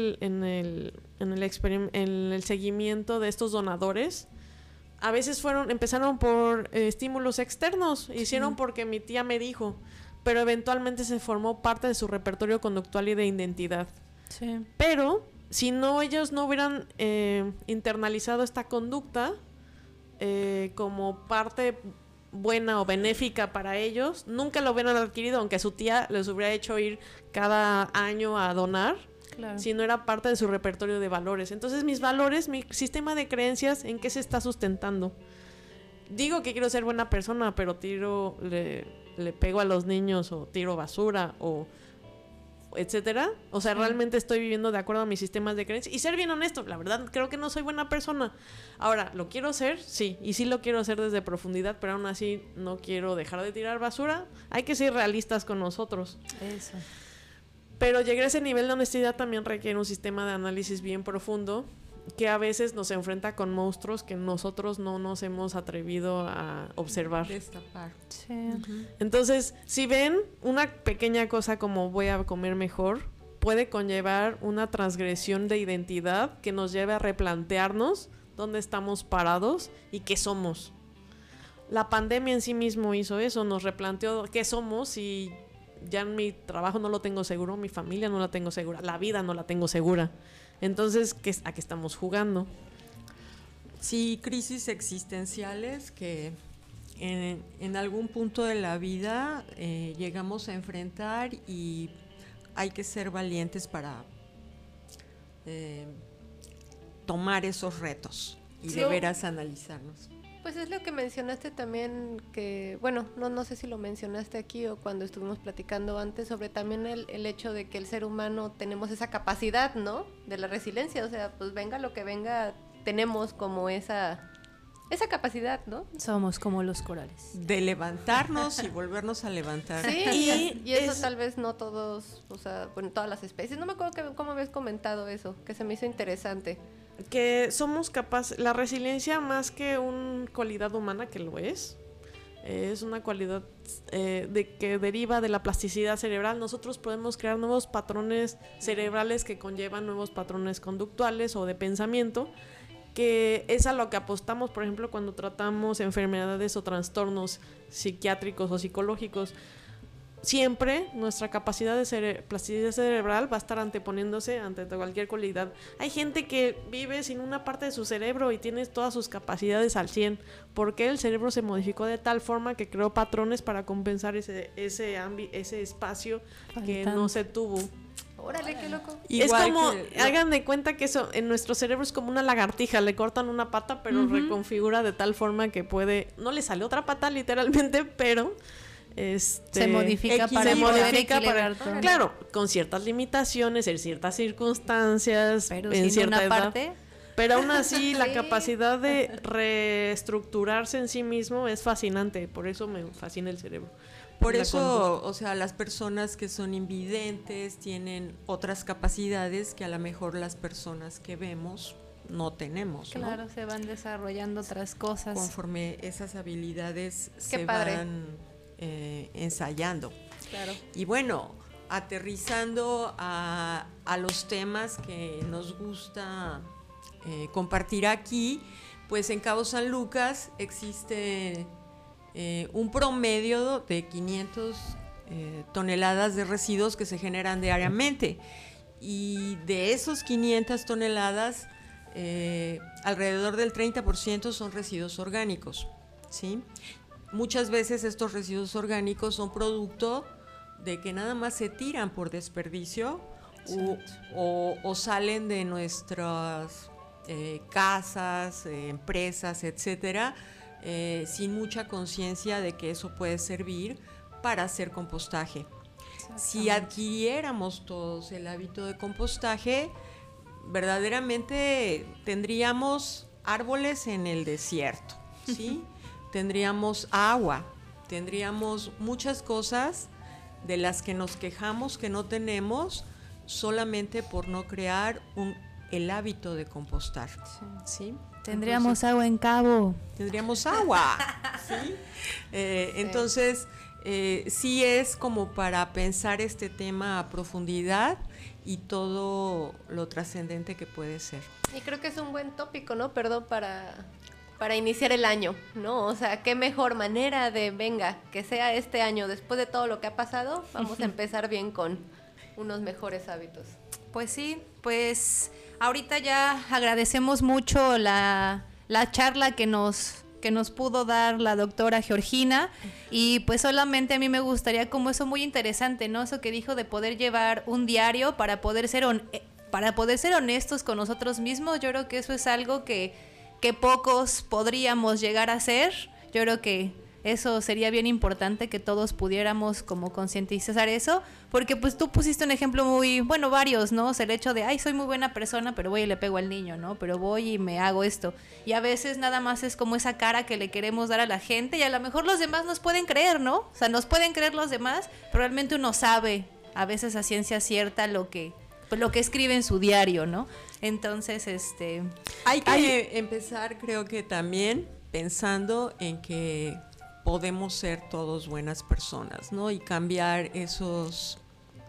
el seguimiento de estos donadores, a veces empezaron por estímulos externos, hicieron porque mi tía me dijo, pero eventualmente se formó parte de su repertorio conductual y de identidad. Sí. Pero si ellos no hubieran internalizado esta conducta como parte buena o benéfica para ellos, nunca lo hubieran adquirido, aunque su tía les hubiera hecho ir cada año a donar, claro, si no era parte de su repertorio de valores. Entonces mis valores, mi sistema de creencias, ¿en qué se está sustentando? Digo que quiero ser buena persona, pero le pego a los niños o tiro basura o etcétera. O sea, realmente estoy viviendo de acuerdo a mis sistemas de creencias. Y ser bien honesto, la verdad creo que no soy buena persona. Ahora, ¿lo quiero ser? Sí, y sí lo quiero hacer desde profundidad, pero aún así no quiero dejar de tirar basura. Hay que ser realistas con nosotros. Eso. Pero llegar a ese nivel de honestidad también requiere un sistema de análisis bien profundo, que a veces nos enfrenta con monstruos que nosotros no nos hemos atrevido a observar. Destapar. Sí. Uh-huh. Entonces, si ven, una pequeña cosa como voy a comer mejor puede conllevar una transgresión de identidad que nos lleve a replantearnos dónde estamos parados y qué somos. La pandemia en sí mismo hizo eso, nos replanteó qué somos y ya mi trabajo no lo tengo seguro, mi familia no la tengo segura, la vida no la tengo segura. Entonces, ¿a qué estamos jugando? Sí, crisis existenciales que en algún punto de la vida llegamos a enfrentar y hay que ser valientes para tomar esos retos y de veras analizarnos. Pues es lo que mencionaste también, que bueno, no sé si lo mencionaste aquí o cuando estuvimos platicando antes sobre también el hecho de que el ser humano tenemos esa capacidad, ¿no? De la resiliencia, o sea, pues venga lo que venga, tenemos como esa capacidad, ¿no? Somos como los corales. De levantarnos y volvernos a levantar. Sí, y eso tal vez no todos, o sea, bueno, todas las especies. No me acuerdo cómo habías comentado eso, que se me hizo interesante. Que somos capaces, la resiliencia más que una cualidad humana, que lo es una cualidad que deriva de la plasticidad cerebral. Nosotros podemos crear nuevos patrones cerebrales que conllevan nuevos patrones conductuales o de pensamiento, que es a lo que apostamos, por ejemplo, cuando tratamos enfermedades o trastornos psiquiátricos o psicológicos. Siempre nuestra capacidad de plasticidad cerebral va a estar anteponiéndose ante cualquier cualidad. Hay gente que vive sin una parte de su cerebro y tiene todas sus capacidades al 100, porque el cerebro se modificó de tal forma que creó patrones para compensar ese espacio que no se tuvo. Órale, qué loco. Es como, hagan de cuenta que eso en nuestro cerebro es como una lagartija, le cortan una pata pero reconfigura de tal forma que no le sale otra pata literalmente, pero se modifica para claro, con ciertas limitaciones, en ciertas circunstancias, pero en cierta edad. Parte. Pero aún así la capacidad de reestructurarse en sí mismo es fascinante, por eso me fascina el cerebro. Por eso, o sea, las personas que son invidentes tienen otras capacidades que a lo mejor las personas que vemos no tenemos. Claro, ¿no? Se van desarrollando otras cosas. Conforme esas habilidades van ensayando. Claro. Y bueno, aterrizando a los temas que nos gusta compartir aquí, pues en Cabo San Lucas existe un promedio de 500 toneladas de residuos que se generan diariamente, y de esos 500 toneladas alrededor del 30% son residuos orgánicos, ¿sí? Muchas veces estos residuos orgánicos son producto de que nada más se tiran por desperdicio o salen de nuestras casas, empresas, etcétera, sin mucha conciencia de que eso puede servir para hacer compostaje. Si adquiriéramos todos el hábito de compostaje, verdaderamente tendríamos árboles en el desierto, ¿sí? Tendríamos agua, tendríamos muchas cosas de las que nos quejamos que no tenemos solamente por no crear el hábito de compostar, ¿sí? Tendríamos agua en Cabo. Tendríamos agua, ¿sí? Entonces, sí es como para pensar este tema a profundidad y todo lo trascendente que puede ser. Y creo que es un buen tópico, ¿no? Perdón, para iniciar el año, ¿no? O sea, qué mejor manera de, venga, que sea este año, después de todo lo que ha pasado, vamos a empezar bien con unos mejores hábitos. Pues sí, pues ahorita ya agradecemos mucho la charla que nos pudo dar la doctora Georgina, y pues solamente a mí me gustaría, como eso muy interesante, ¿no? Eso que dijo de poder llevar un diario para poder ser honestos con nosotros mismos. Yo creo que eso es algo que pocos podríamos llegar a hacer. Yo creo que eso sería bien importante, que todos pudiéramos como concientizar eso, porque pues tú pusiste un ejemplo muy, bueno, varios, ¿no? O sea, el hecho de, ay, soy muy buena persona, pero voy y le pego al niño, ¿no? Pero voy y me hago esto. Y a veces nada más es como esa cara que le queremos dar a la gente, y a lo mejor los demás nos pueden creer, ¿no? O sea, nos pueden creer los demás, pero realmente uno sabe a veces a ciencia cierta lo que escribe en su diario, ¿no? Entonces, hay que empezar, creo que también pensando en que podemos ser todos buenas personas, ¿no? Y cambiar esos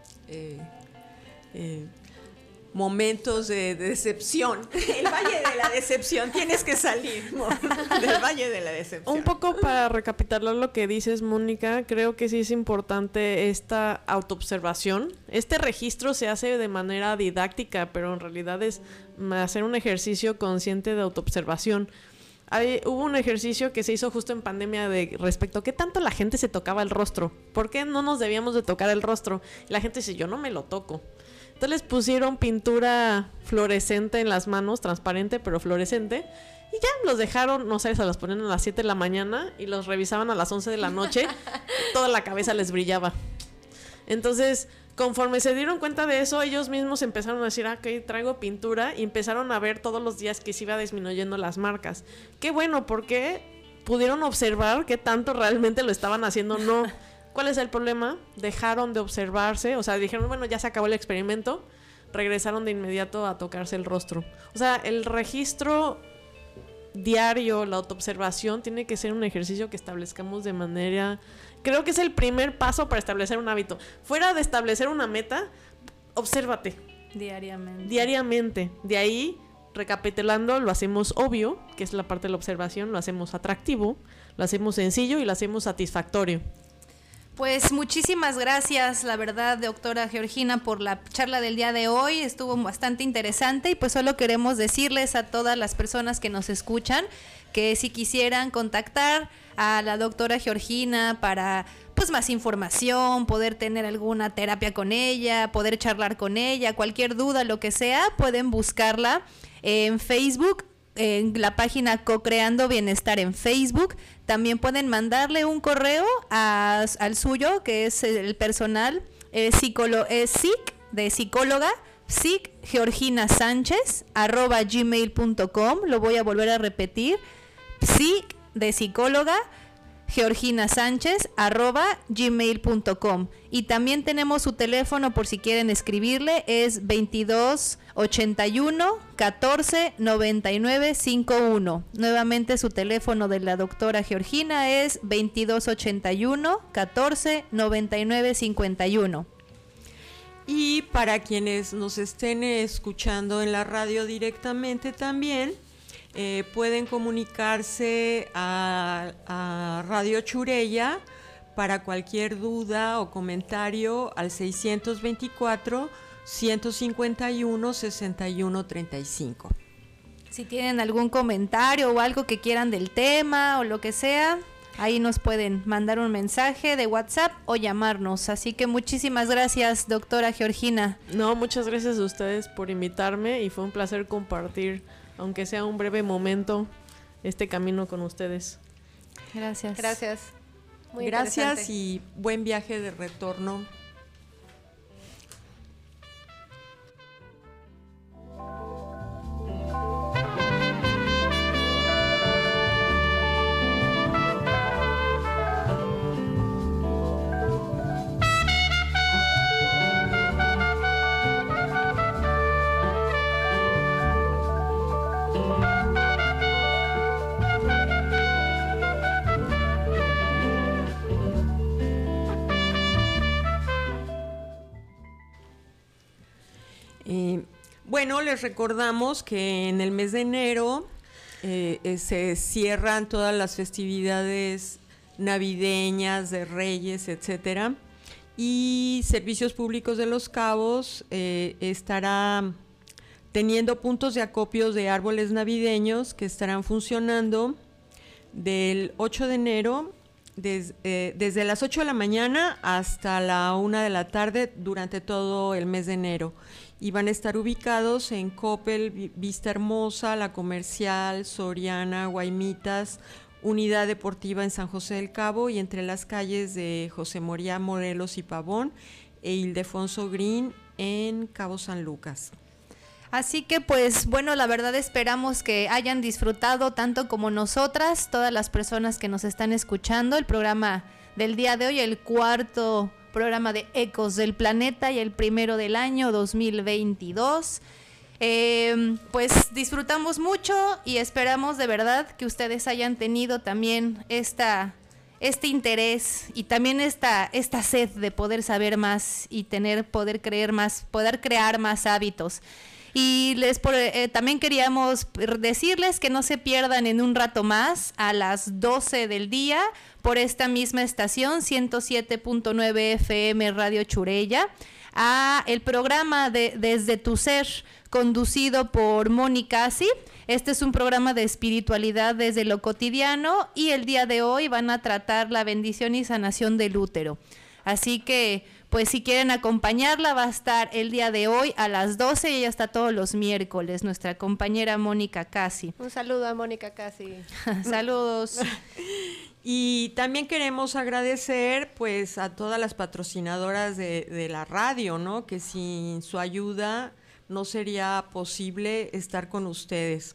momentos de decepción. El valle de la decepción, tienes que salir, ¿no? Del valle de la decepción. Un poco para recapitular lo que dices, Mónica, creo que sí es importante esta autoobservación. Este registro se hace de manera didáctica, pero en realidad es hacer un ejercicio consciente de autoobservación. Hubo un ejercicio que se hizo justo en pandemia respecto a qué tanto la gente se tocaba el rostro. ¿Por qué no nos debíamos de tocar el rostro? Y la gente dice, yo no me lo toco. Entonces les pusieron pintura fluorescente en las manos, transparente pero fluorescente, y ya los dejaron, no sé, se las ponían a las 7 de la mañana y los revisaban a las 11 de la noche, toda la cabeza les brillaba. Entonces, conforme se dieron cuenta de eso, ellos mismos empezaron a decir, ok, traigo pintura, y empezaron a ver todos los días que se iba disminuyendo las marcas. Qué bueno, porque pudieron observar qué tanto realmente lo estaban haciendo, no. ¿Cuál es el problema? Dejaron de observarse, o sea, dijeron, bueno, ya se acabó el experimento, regresaron de inmediato a tocarse el rostro. O sea, el registro diario, la autoobservación, tiene que ser un ejercicio que establezcamos de manera... Creo que es el primer paso para establecer un hábito. Fuera de establecer una meta, obsérvate. Diariamente. De ahí, recapitulando, lo hacemos obvio, que es la parte de la observación, lo hacemos atractivo, lo hacemos sencillo y lo hacemos satisfactorio. Pues muchísimas gracias, la verdad, doctora Georgina, por la charla del día de hoy. Estuvo bastante interesante, y pues solo queremos decirles a todas las personas que nos escuchan que si quisieran contactar a la doctora Georgina para pues más información, poder tener alguna terapia con ella, poder charlar con ella, cualquier duda, lo que sea, pueden buscarla en Facebook, en la página Co-Creando Bienestar en Facebook. También pueden mandarle un correo al suyo, que es el personal, psic de psicóloga, psicgeorginasanchez@gmail.com. Lo voy a volver a repetir, psic de psicóloga, georginasanchez@gmail.com. Y también tenemos su teléfono por si quieren escribirle, es 22 81 14 99 51. Nuevamente su teléfono de la doctora Georgina es 22 81 14 99 51. Y para quienes nos estén escuchando en la radio directamente también, pueden comunicarse a Radio Churella para cualquier duda o comentario al 624-151-6135. Si tienen algún comentario o algo que quieran del tema o lo que sea, ahí nos pueden mandar un mensaje de WhatsApp o llamarnos. Así que muchísimas gracias, doctora Georgina. No, muchas gracias a ustedes por invitarme y fue un placer compartir, aunque sea un breve momento, este camino con ustedes. Gracias. Gracias. Muy Gracias y buen viaje de retorno. Bueno, les recordamos que en el mes de enero se cierran todas las festividades navideñas, de Reyes, etcétera, y Servicios Públicos de Los Cabos estará teniendo puntos de acopio de árboles navideños que estarán funcionando del 8 de enero desde las 8 de la mañana hasta la 1 de la tarde durante todo el mes de enero. Y van a estar ubicados en Coppel, Vista Hermosa, La Comercial, Soriana, Guaymitas, Unidad Deportiva en San José del Cabo y entre las calles de José Moría Morelos y Pavón e Ildefonso Green en Cabo San Lucas. Así que pues bueno, la verdad esperamos que hayan disfrutado tanto como nosotras, todas las personas que nos están escuchando, el programa del día de hoy, el cuarto programa de Ecos del Planeta y el primero del año 2022. Pues disfrutamos mucho y esperamos de verdad que ustedes hayan tenido también este interés y también esta sed de poder saber más y poder crear más hábitos. Y también queríamos decirles que no se pierdan en un rato más a las 12 del día por esta misma estación 107.9 FM Radio Churella a el programa de Desde tu Ser, conducido por Moni Casi. Este es un programa de espiritualidad desde lo cotidiano y el día de hoy van a tratar la bendición y sanación del útero. Así que pues si quieren acompañarla, va a estar el día de hoy a las 12 y ella está todos los miércoles, nuestra compañera Mónica Casi. Un saludo a Mónica Casi. Saludos. Y también queremos agradecer pues a todas las patrocinadoras de la radio, ¿no? Que sin su ayuda no sería posible estar con ustedes.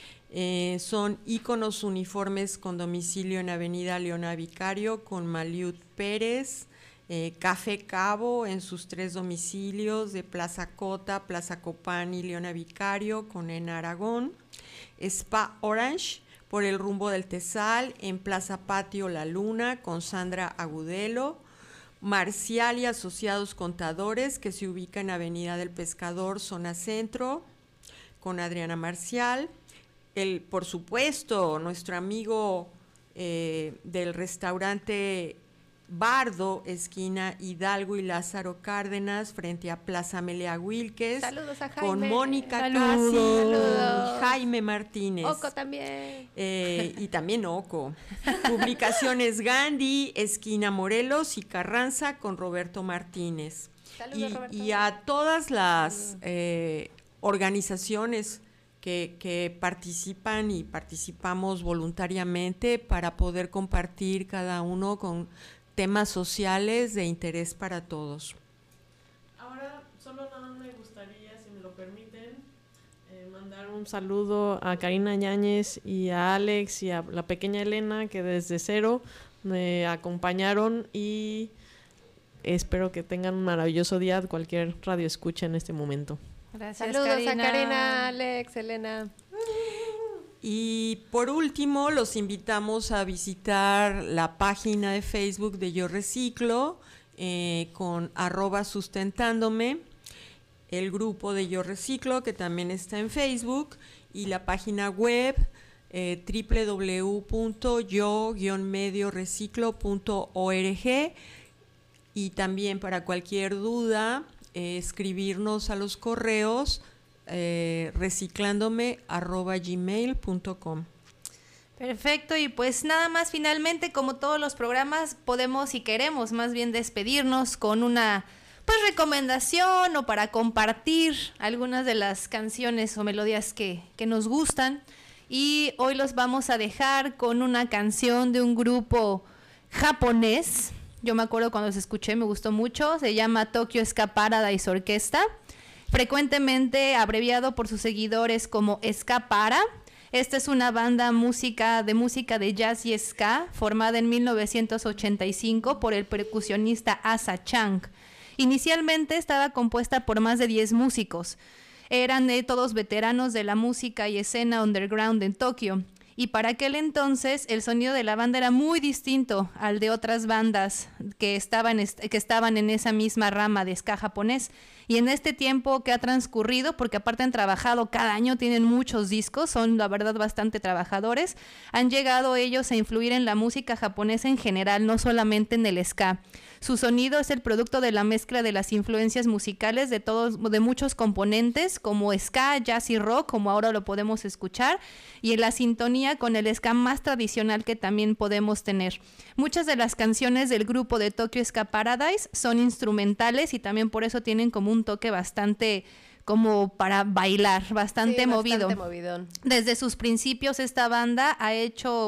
Son Íconos Uniformes con domicilio en Avenida Leona Vicario con Maliud Pérez, Café Cabo en sus 3 domicilios de Plaza Cota, Plaza Copán y Leona Vicario con Ena Aragón, Spa Orange por el rumbo del Tesal en Plaza Patio La Luna con Sandra Agudelo, Marcial y Asociados Contadores que se ubica en Avenida del Pescador, zona centro, con Adriana Marcial, por supuesto nuestro amigo del restaurante Bardo, esquina Hidalgo y Lázaro Cárdenas, frente a Plaza Amelia Wilkes. Saludos a Jaime. Con Mónica Saludos. Casi y Jaime Martínez. Oco también. Y también Oco. Publicaciones Gandhi, esquina Morelos y Carranza, con Roberto Martínez. Saludos, Roberto. Y a todas las organizaciones que participan y participamos voluntariamente para poder compartir cada uno con temas sociales de interés para todos. Ahora solo nada me gustaría, si me lo permiten, mandar un saludo a Karina Yáñez y a Alex y a la pequeña Elena que desde cero me acompañaron y espero que tengan un maravilloso día cualquier radio escucha en este momento. Gracias, saludos a Karina, Alex, Elena. Y por último, los invitamos a visitar la página de Facebook de Yo Reciclo con @sustentándome, el grupo de Yo Reciclo que también está en Facebook y la página web www.yo-medioreciclo.org, y también para cualquier duda escribirnos a los correos reciclándome@gmail.com. Perfecto, y pues nada más, finalmente, como todos los programas, podemos y queremos más bien despedirnos con una pues recomendación o para compartir algunas de las canciones o melodías que nos gustan. Y hoy los vamos a dejar con una canción de un grupo japonés. Yo me acuerdo cuando los escuché, me gustó mucho. Se llama Tokyo Ska Paradise Orquesta, frecuentemente abreviado por sus seguidores como Ska Para. Esta es una banda de música de jazz y ska formada en 1985 por el percusionista Asa Chang. Inicialmente estaba compuesta por más de 10 músicos. Eran todos veteranos de la música y escena underground en Tokio. Y para aquel entonces el sonido de la banda era muy distinto al de otras bandas que estaban en esa misma rama de ska japonés. Y en este tiempo que ha transcurrido, porque aparte han trabajado cada año, tienen muchos discos, son la verdad bastante trabajadores, han llegado ellos a influir en la música japonesa en general, no solamente en el ska. Su sonido es el producto de la mezcla de las influencias musicales de muchos componentes, como ska, jazz y rock, como ahora lo podemos escuchar, y en la sintonía con el ska más tradicional que también podemos tener. Muchas de las canciones del grupo de Tokyo Ska Paradise son instrumentales y también por eso tienen como un toque bastante como para bailar, bastante movido. Movidón. Desde sus principios esta banda ha hecho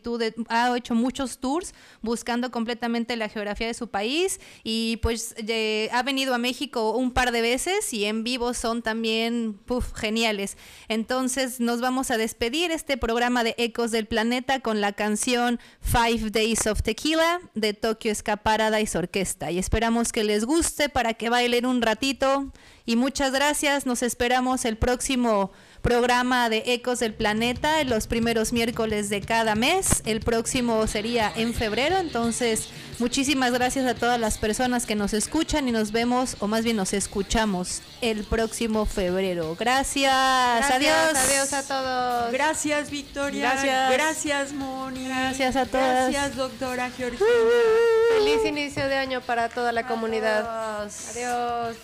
muchos tours buscando completamente la geografía de su país y pues ha venido a México un par de veces y en vivo son también geniales. Entonces nos vamos a despedir este programa de Ecos del Planeta con la canción 5 Days of Tequila de Tokyo Ska Paradise Orquesta y esperamos que les guste para que bailen un ratito. Y muchas gracias, nos esperamos el próximo programa de Ecos del Planeta, en los primeros miércoles de cada mes. El próximo sería en febrero, entonces muchísimas gracias a todas las personas que nos escuchan y nos vemos, o más bien nos escuchamos, el próximo febrero. Gracias. Adiós a todos. Gracias, Victoria. Gracias, Moni. Gracias a todas. Gracias, doctora Georgina. Feliz inicio de año para toda la comunidad. Adiós.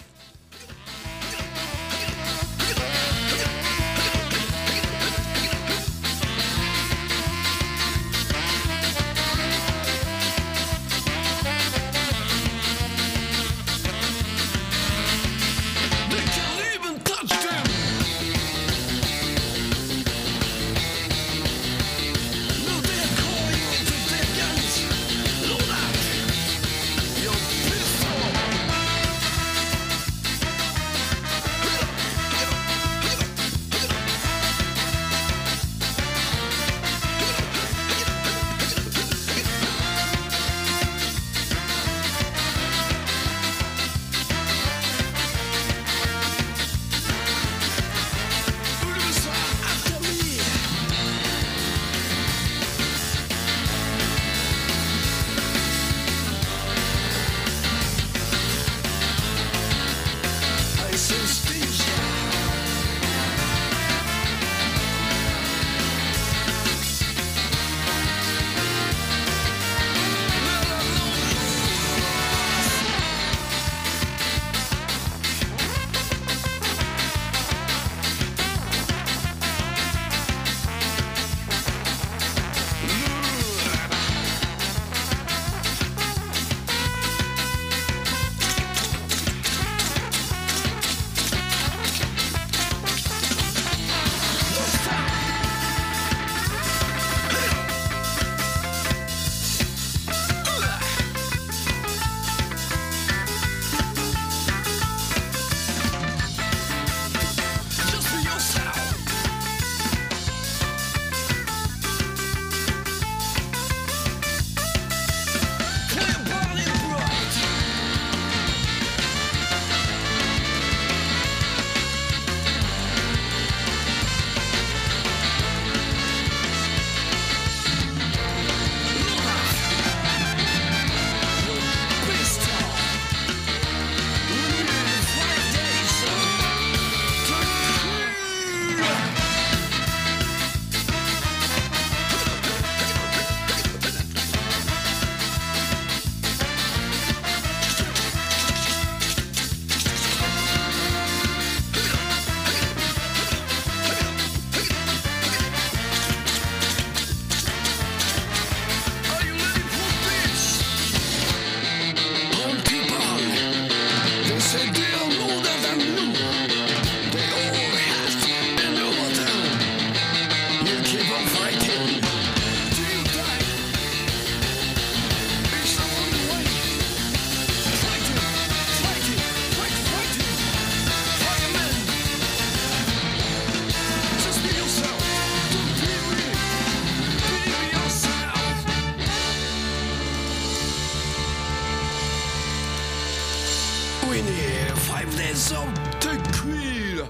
we need 5 days of tequila.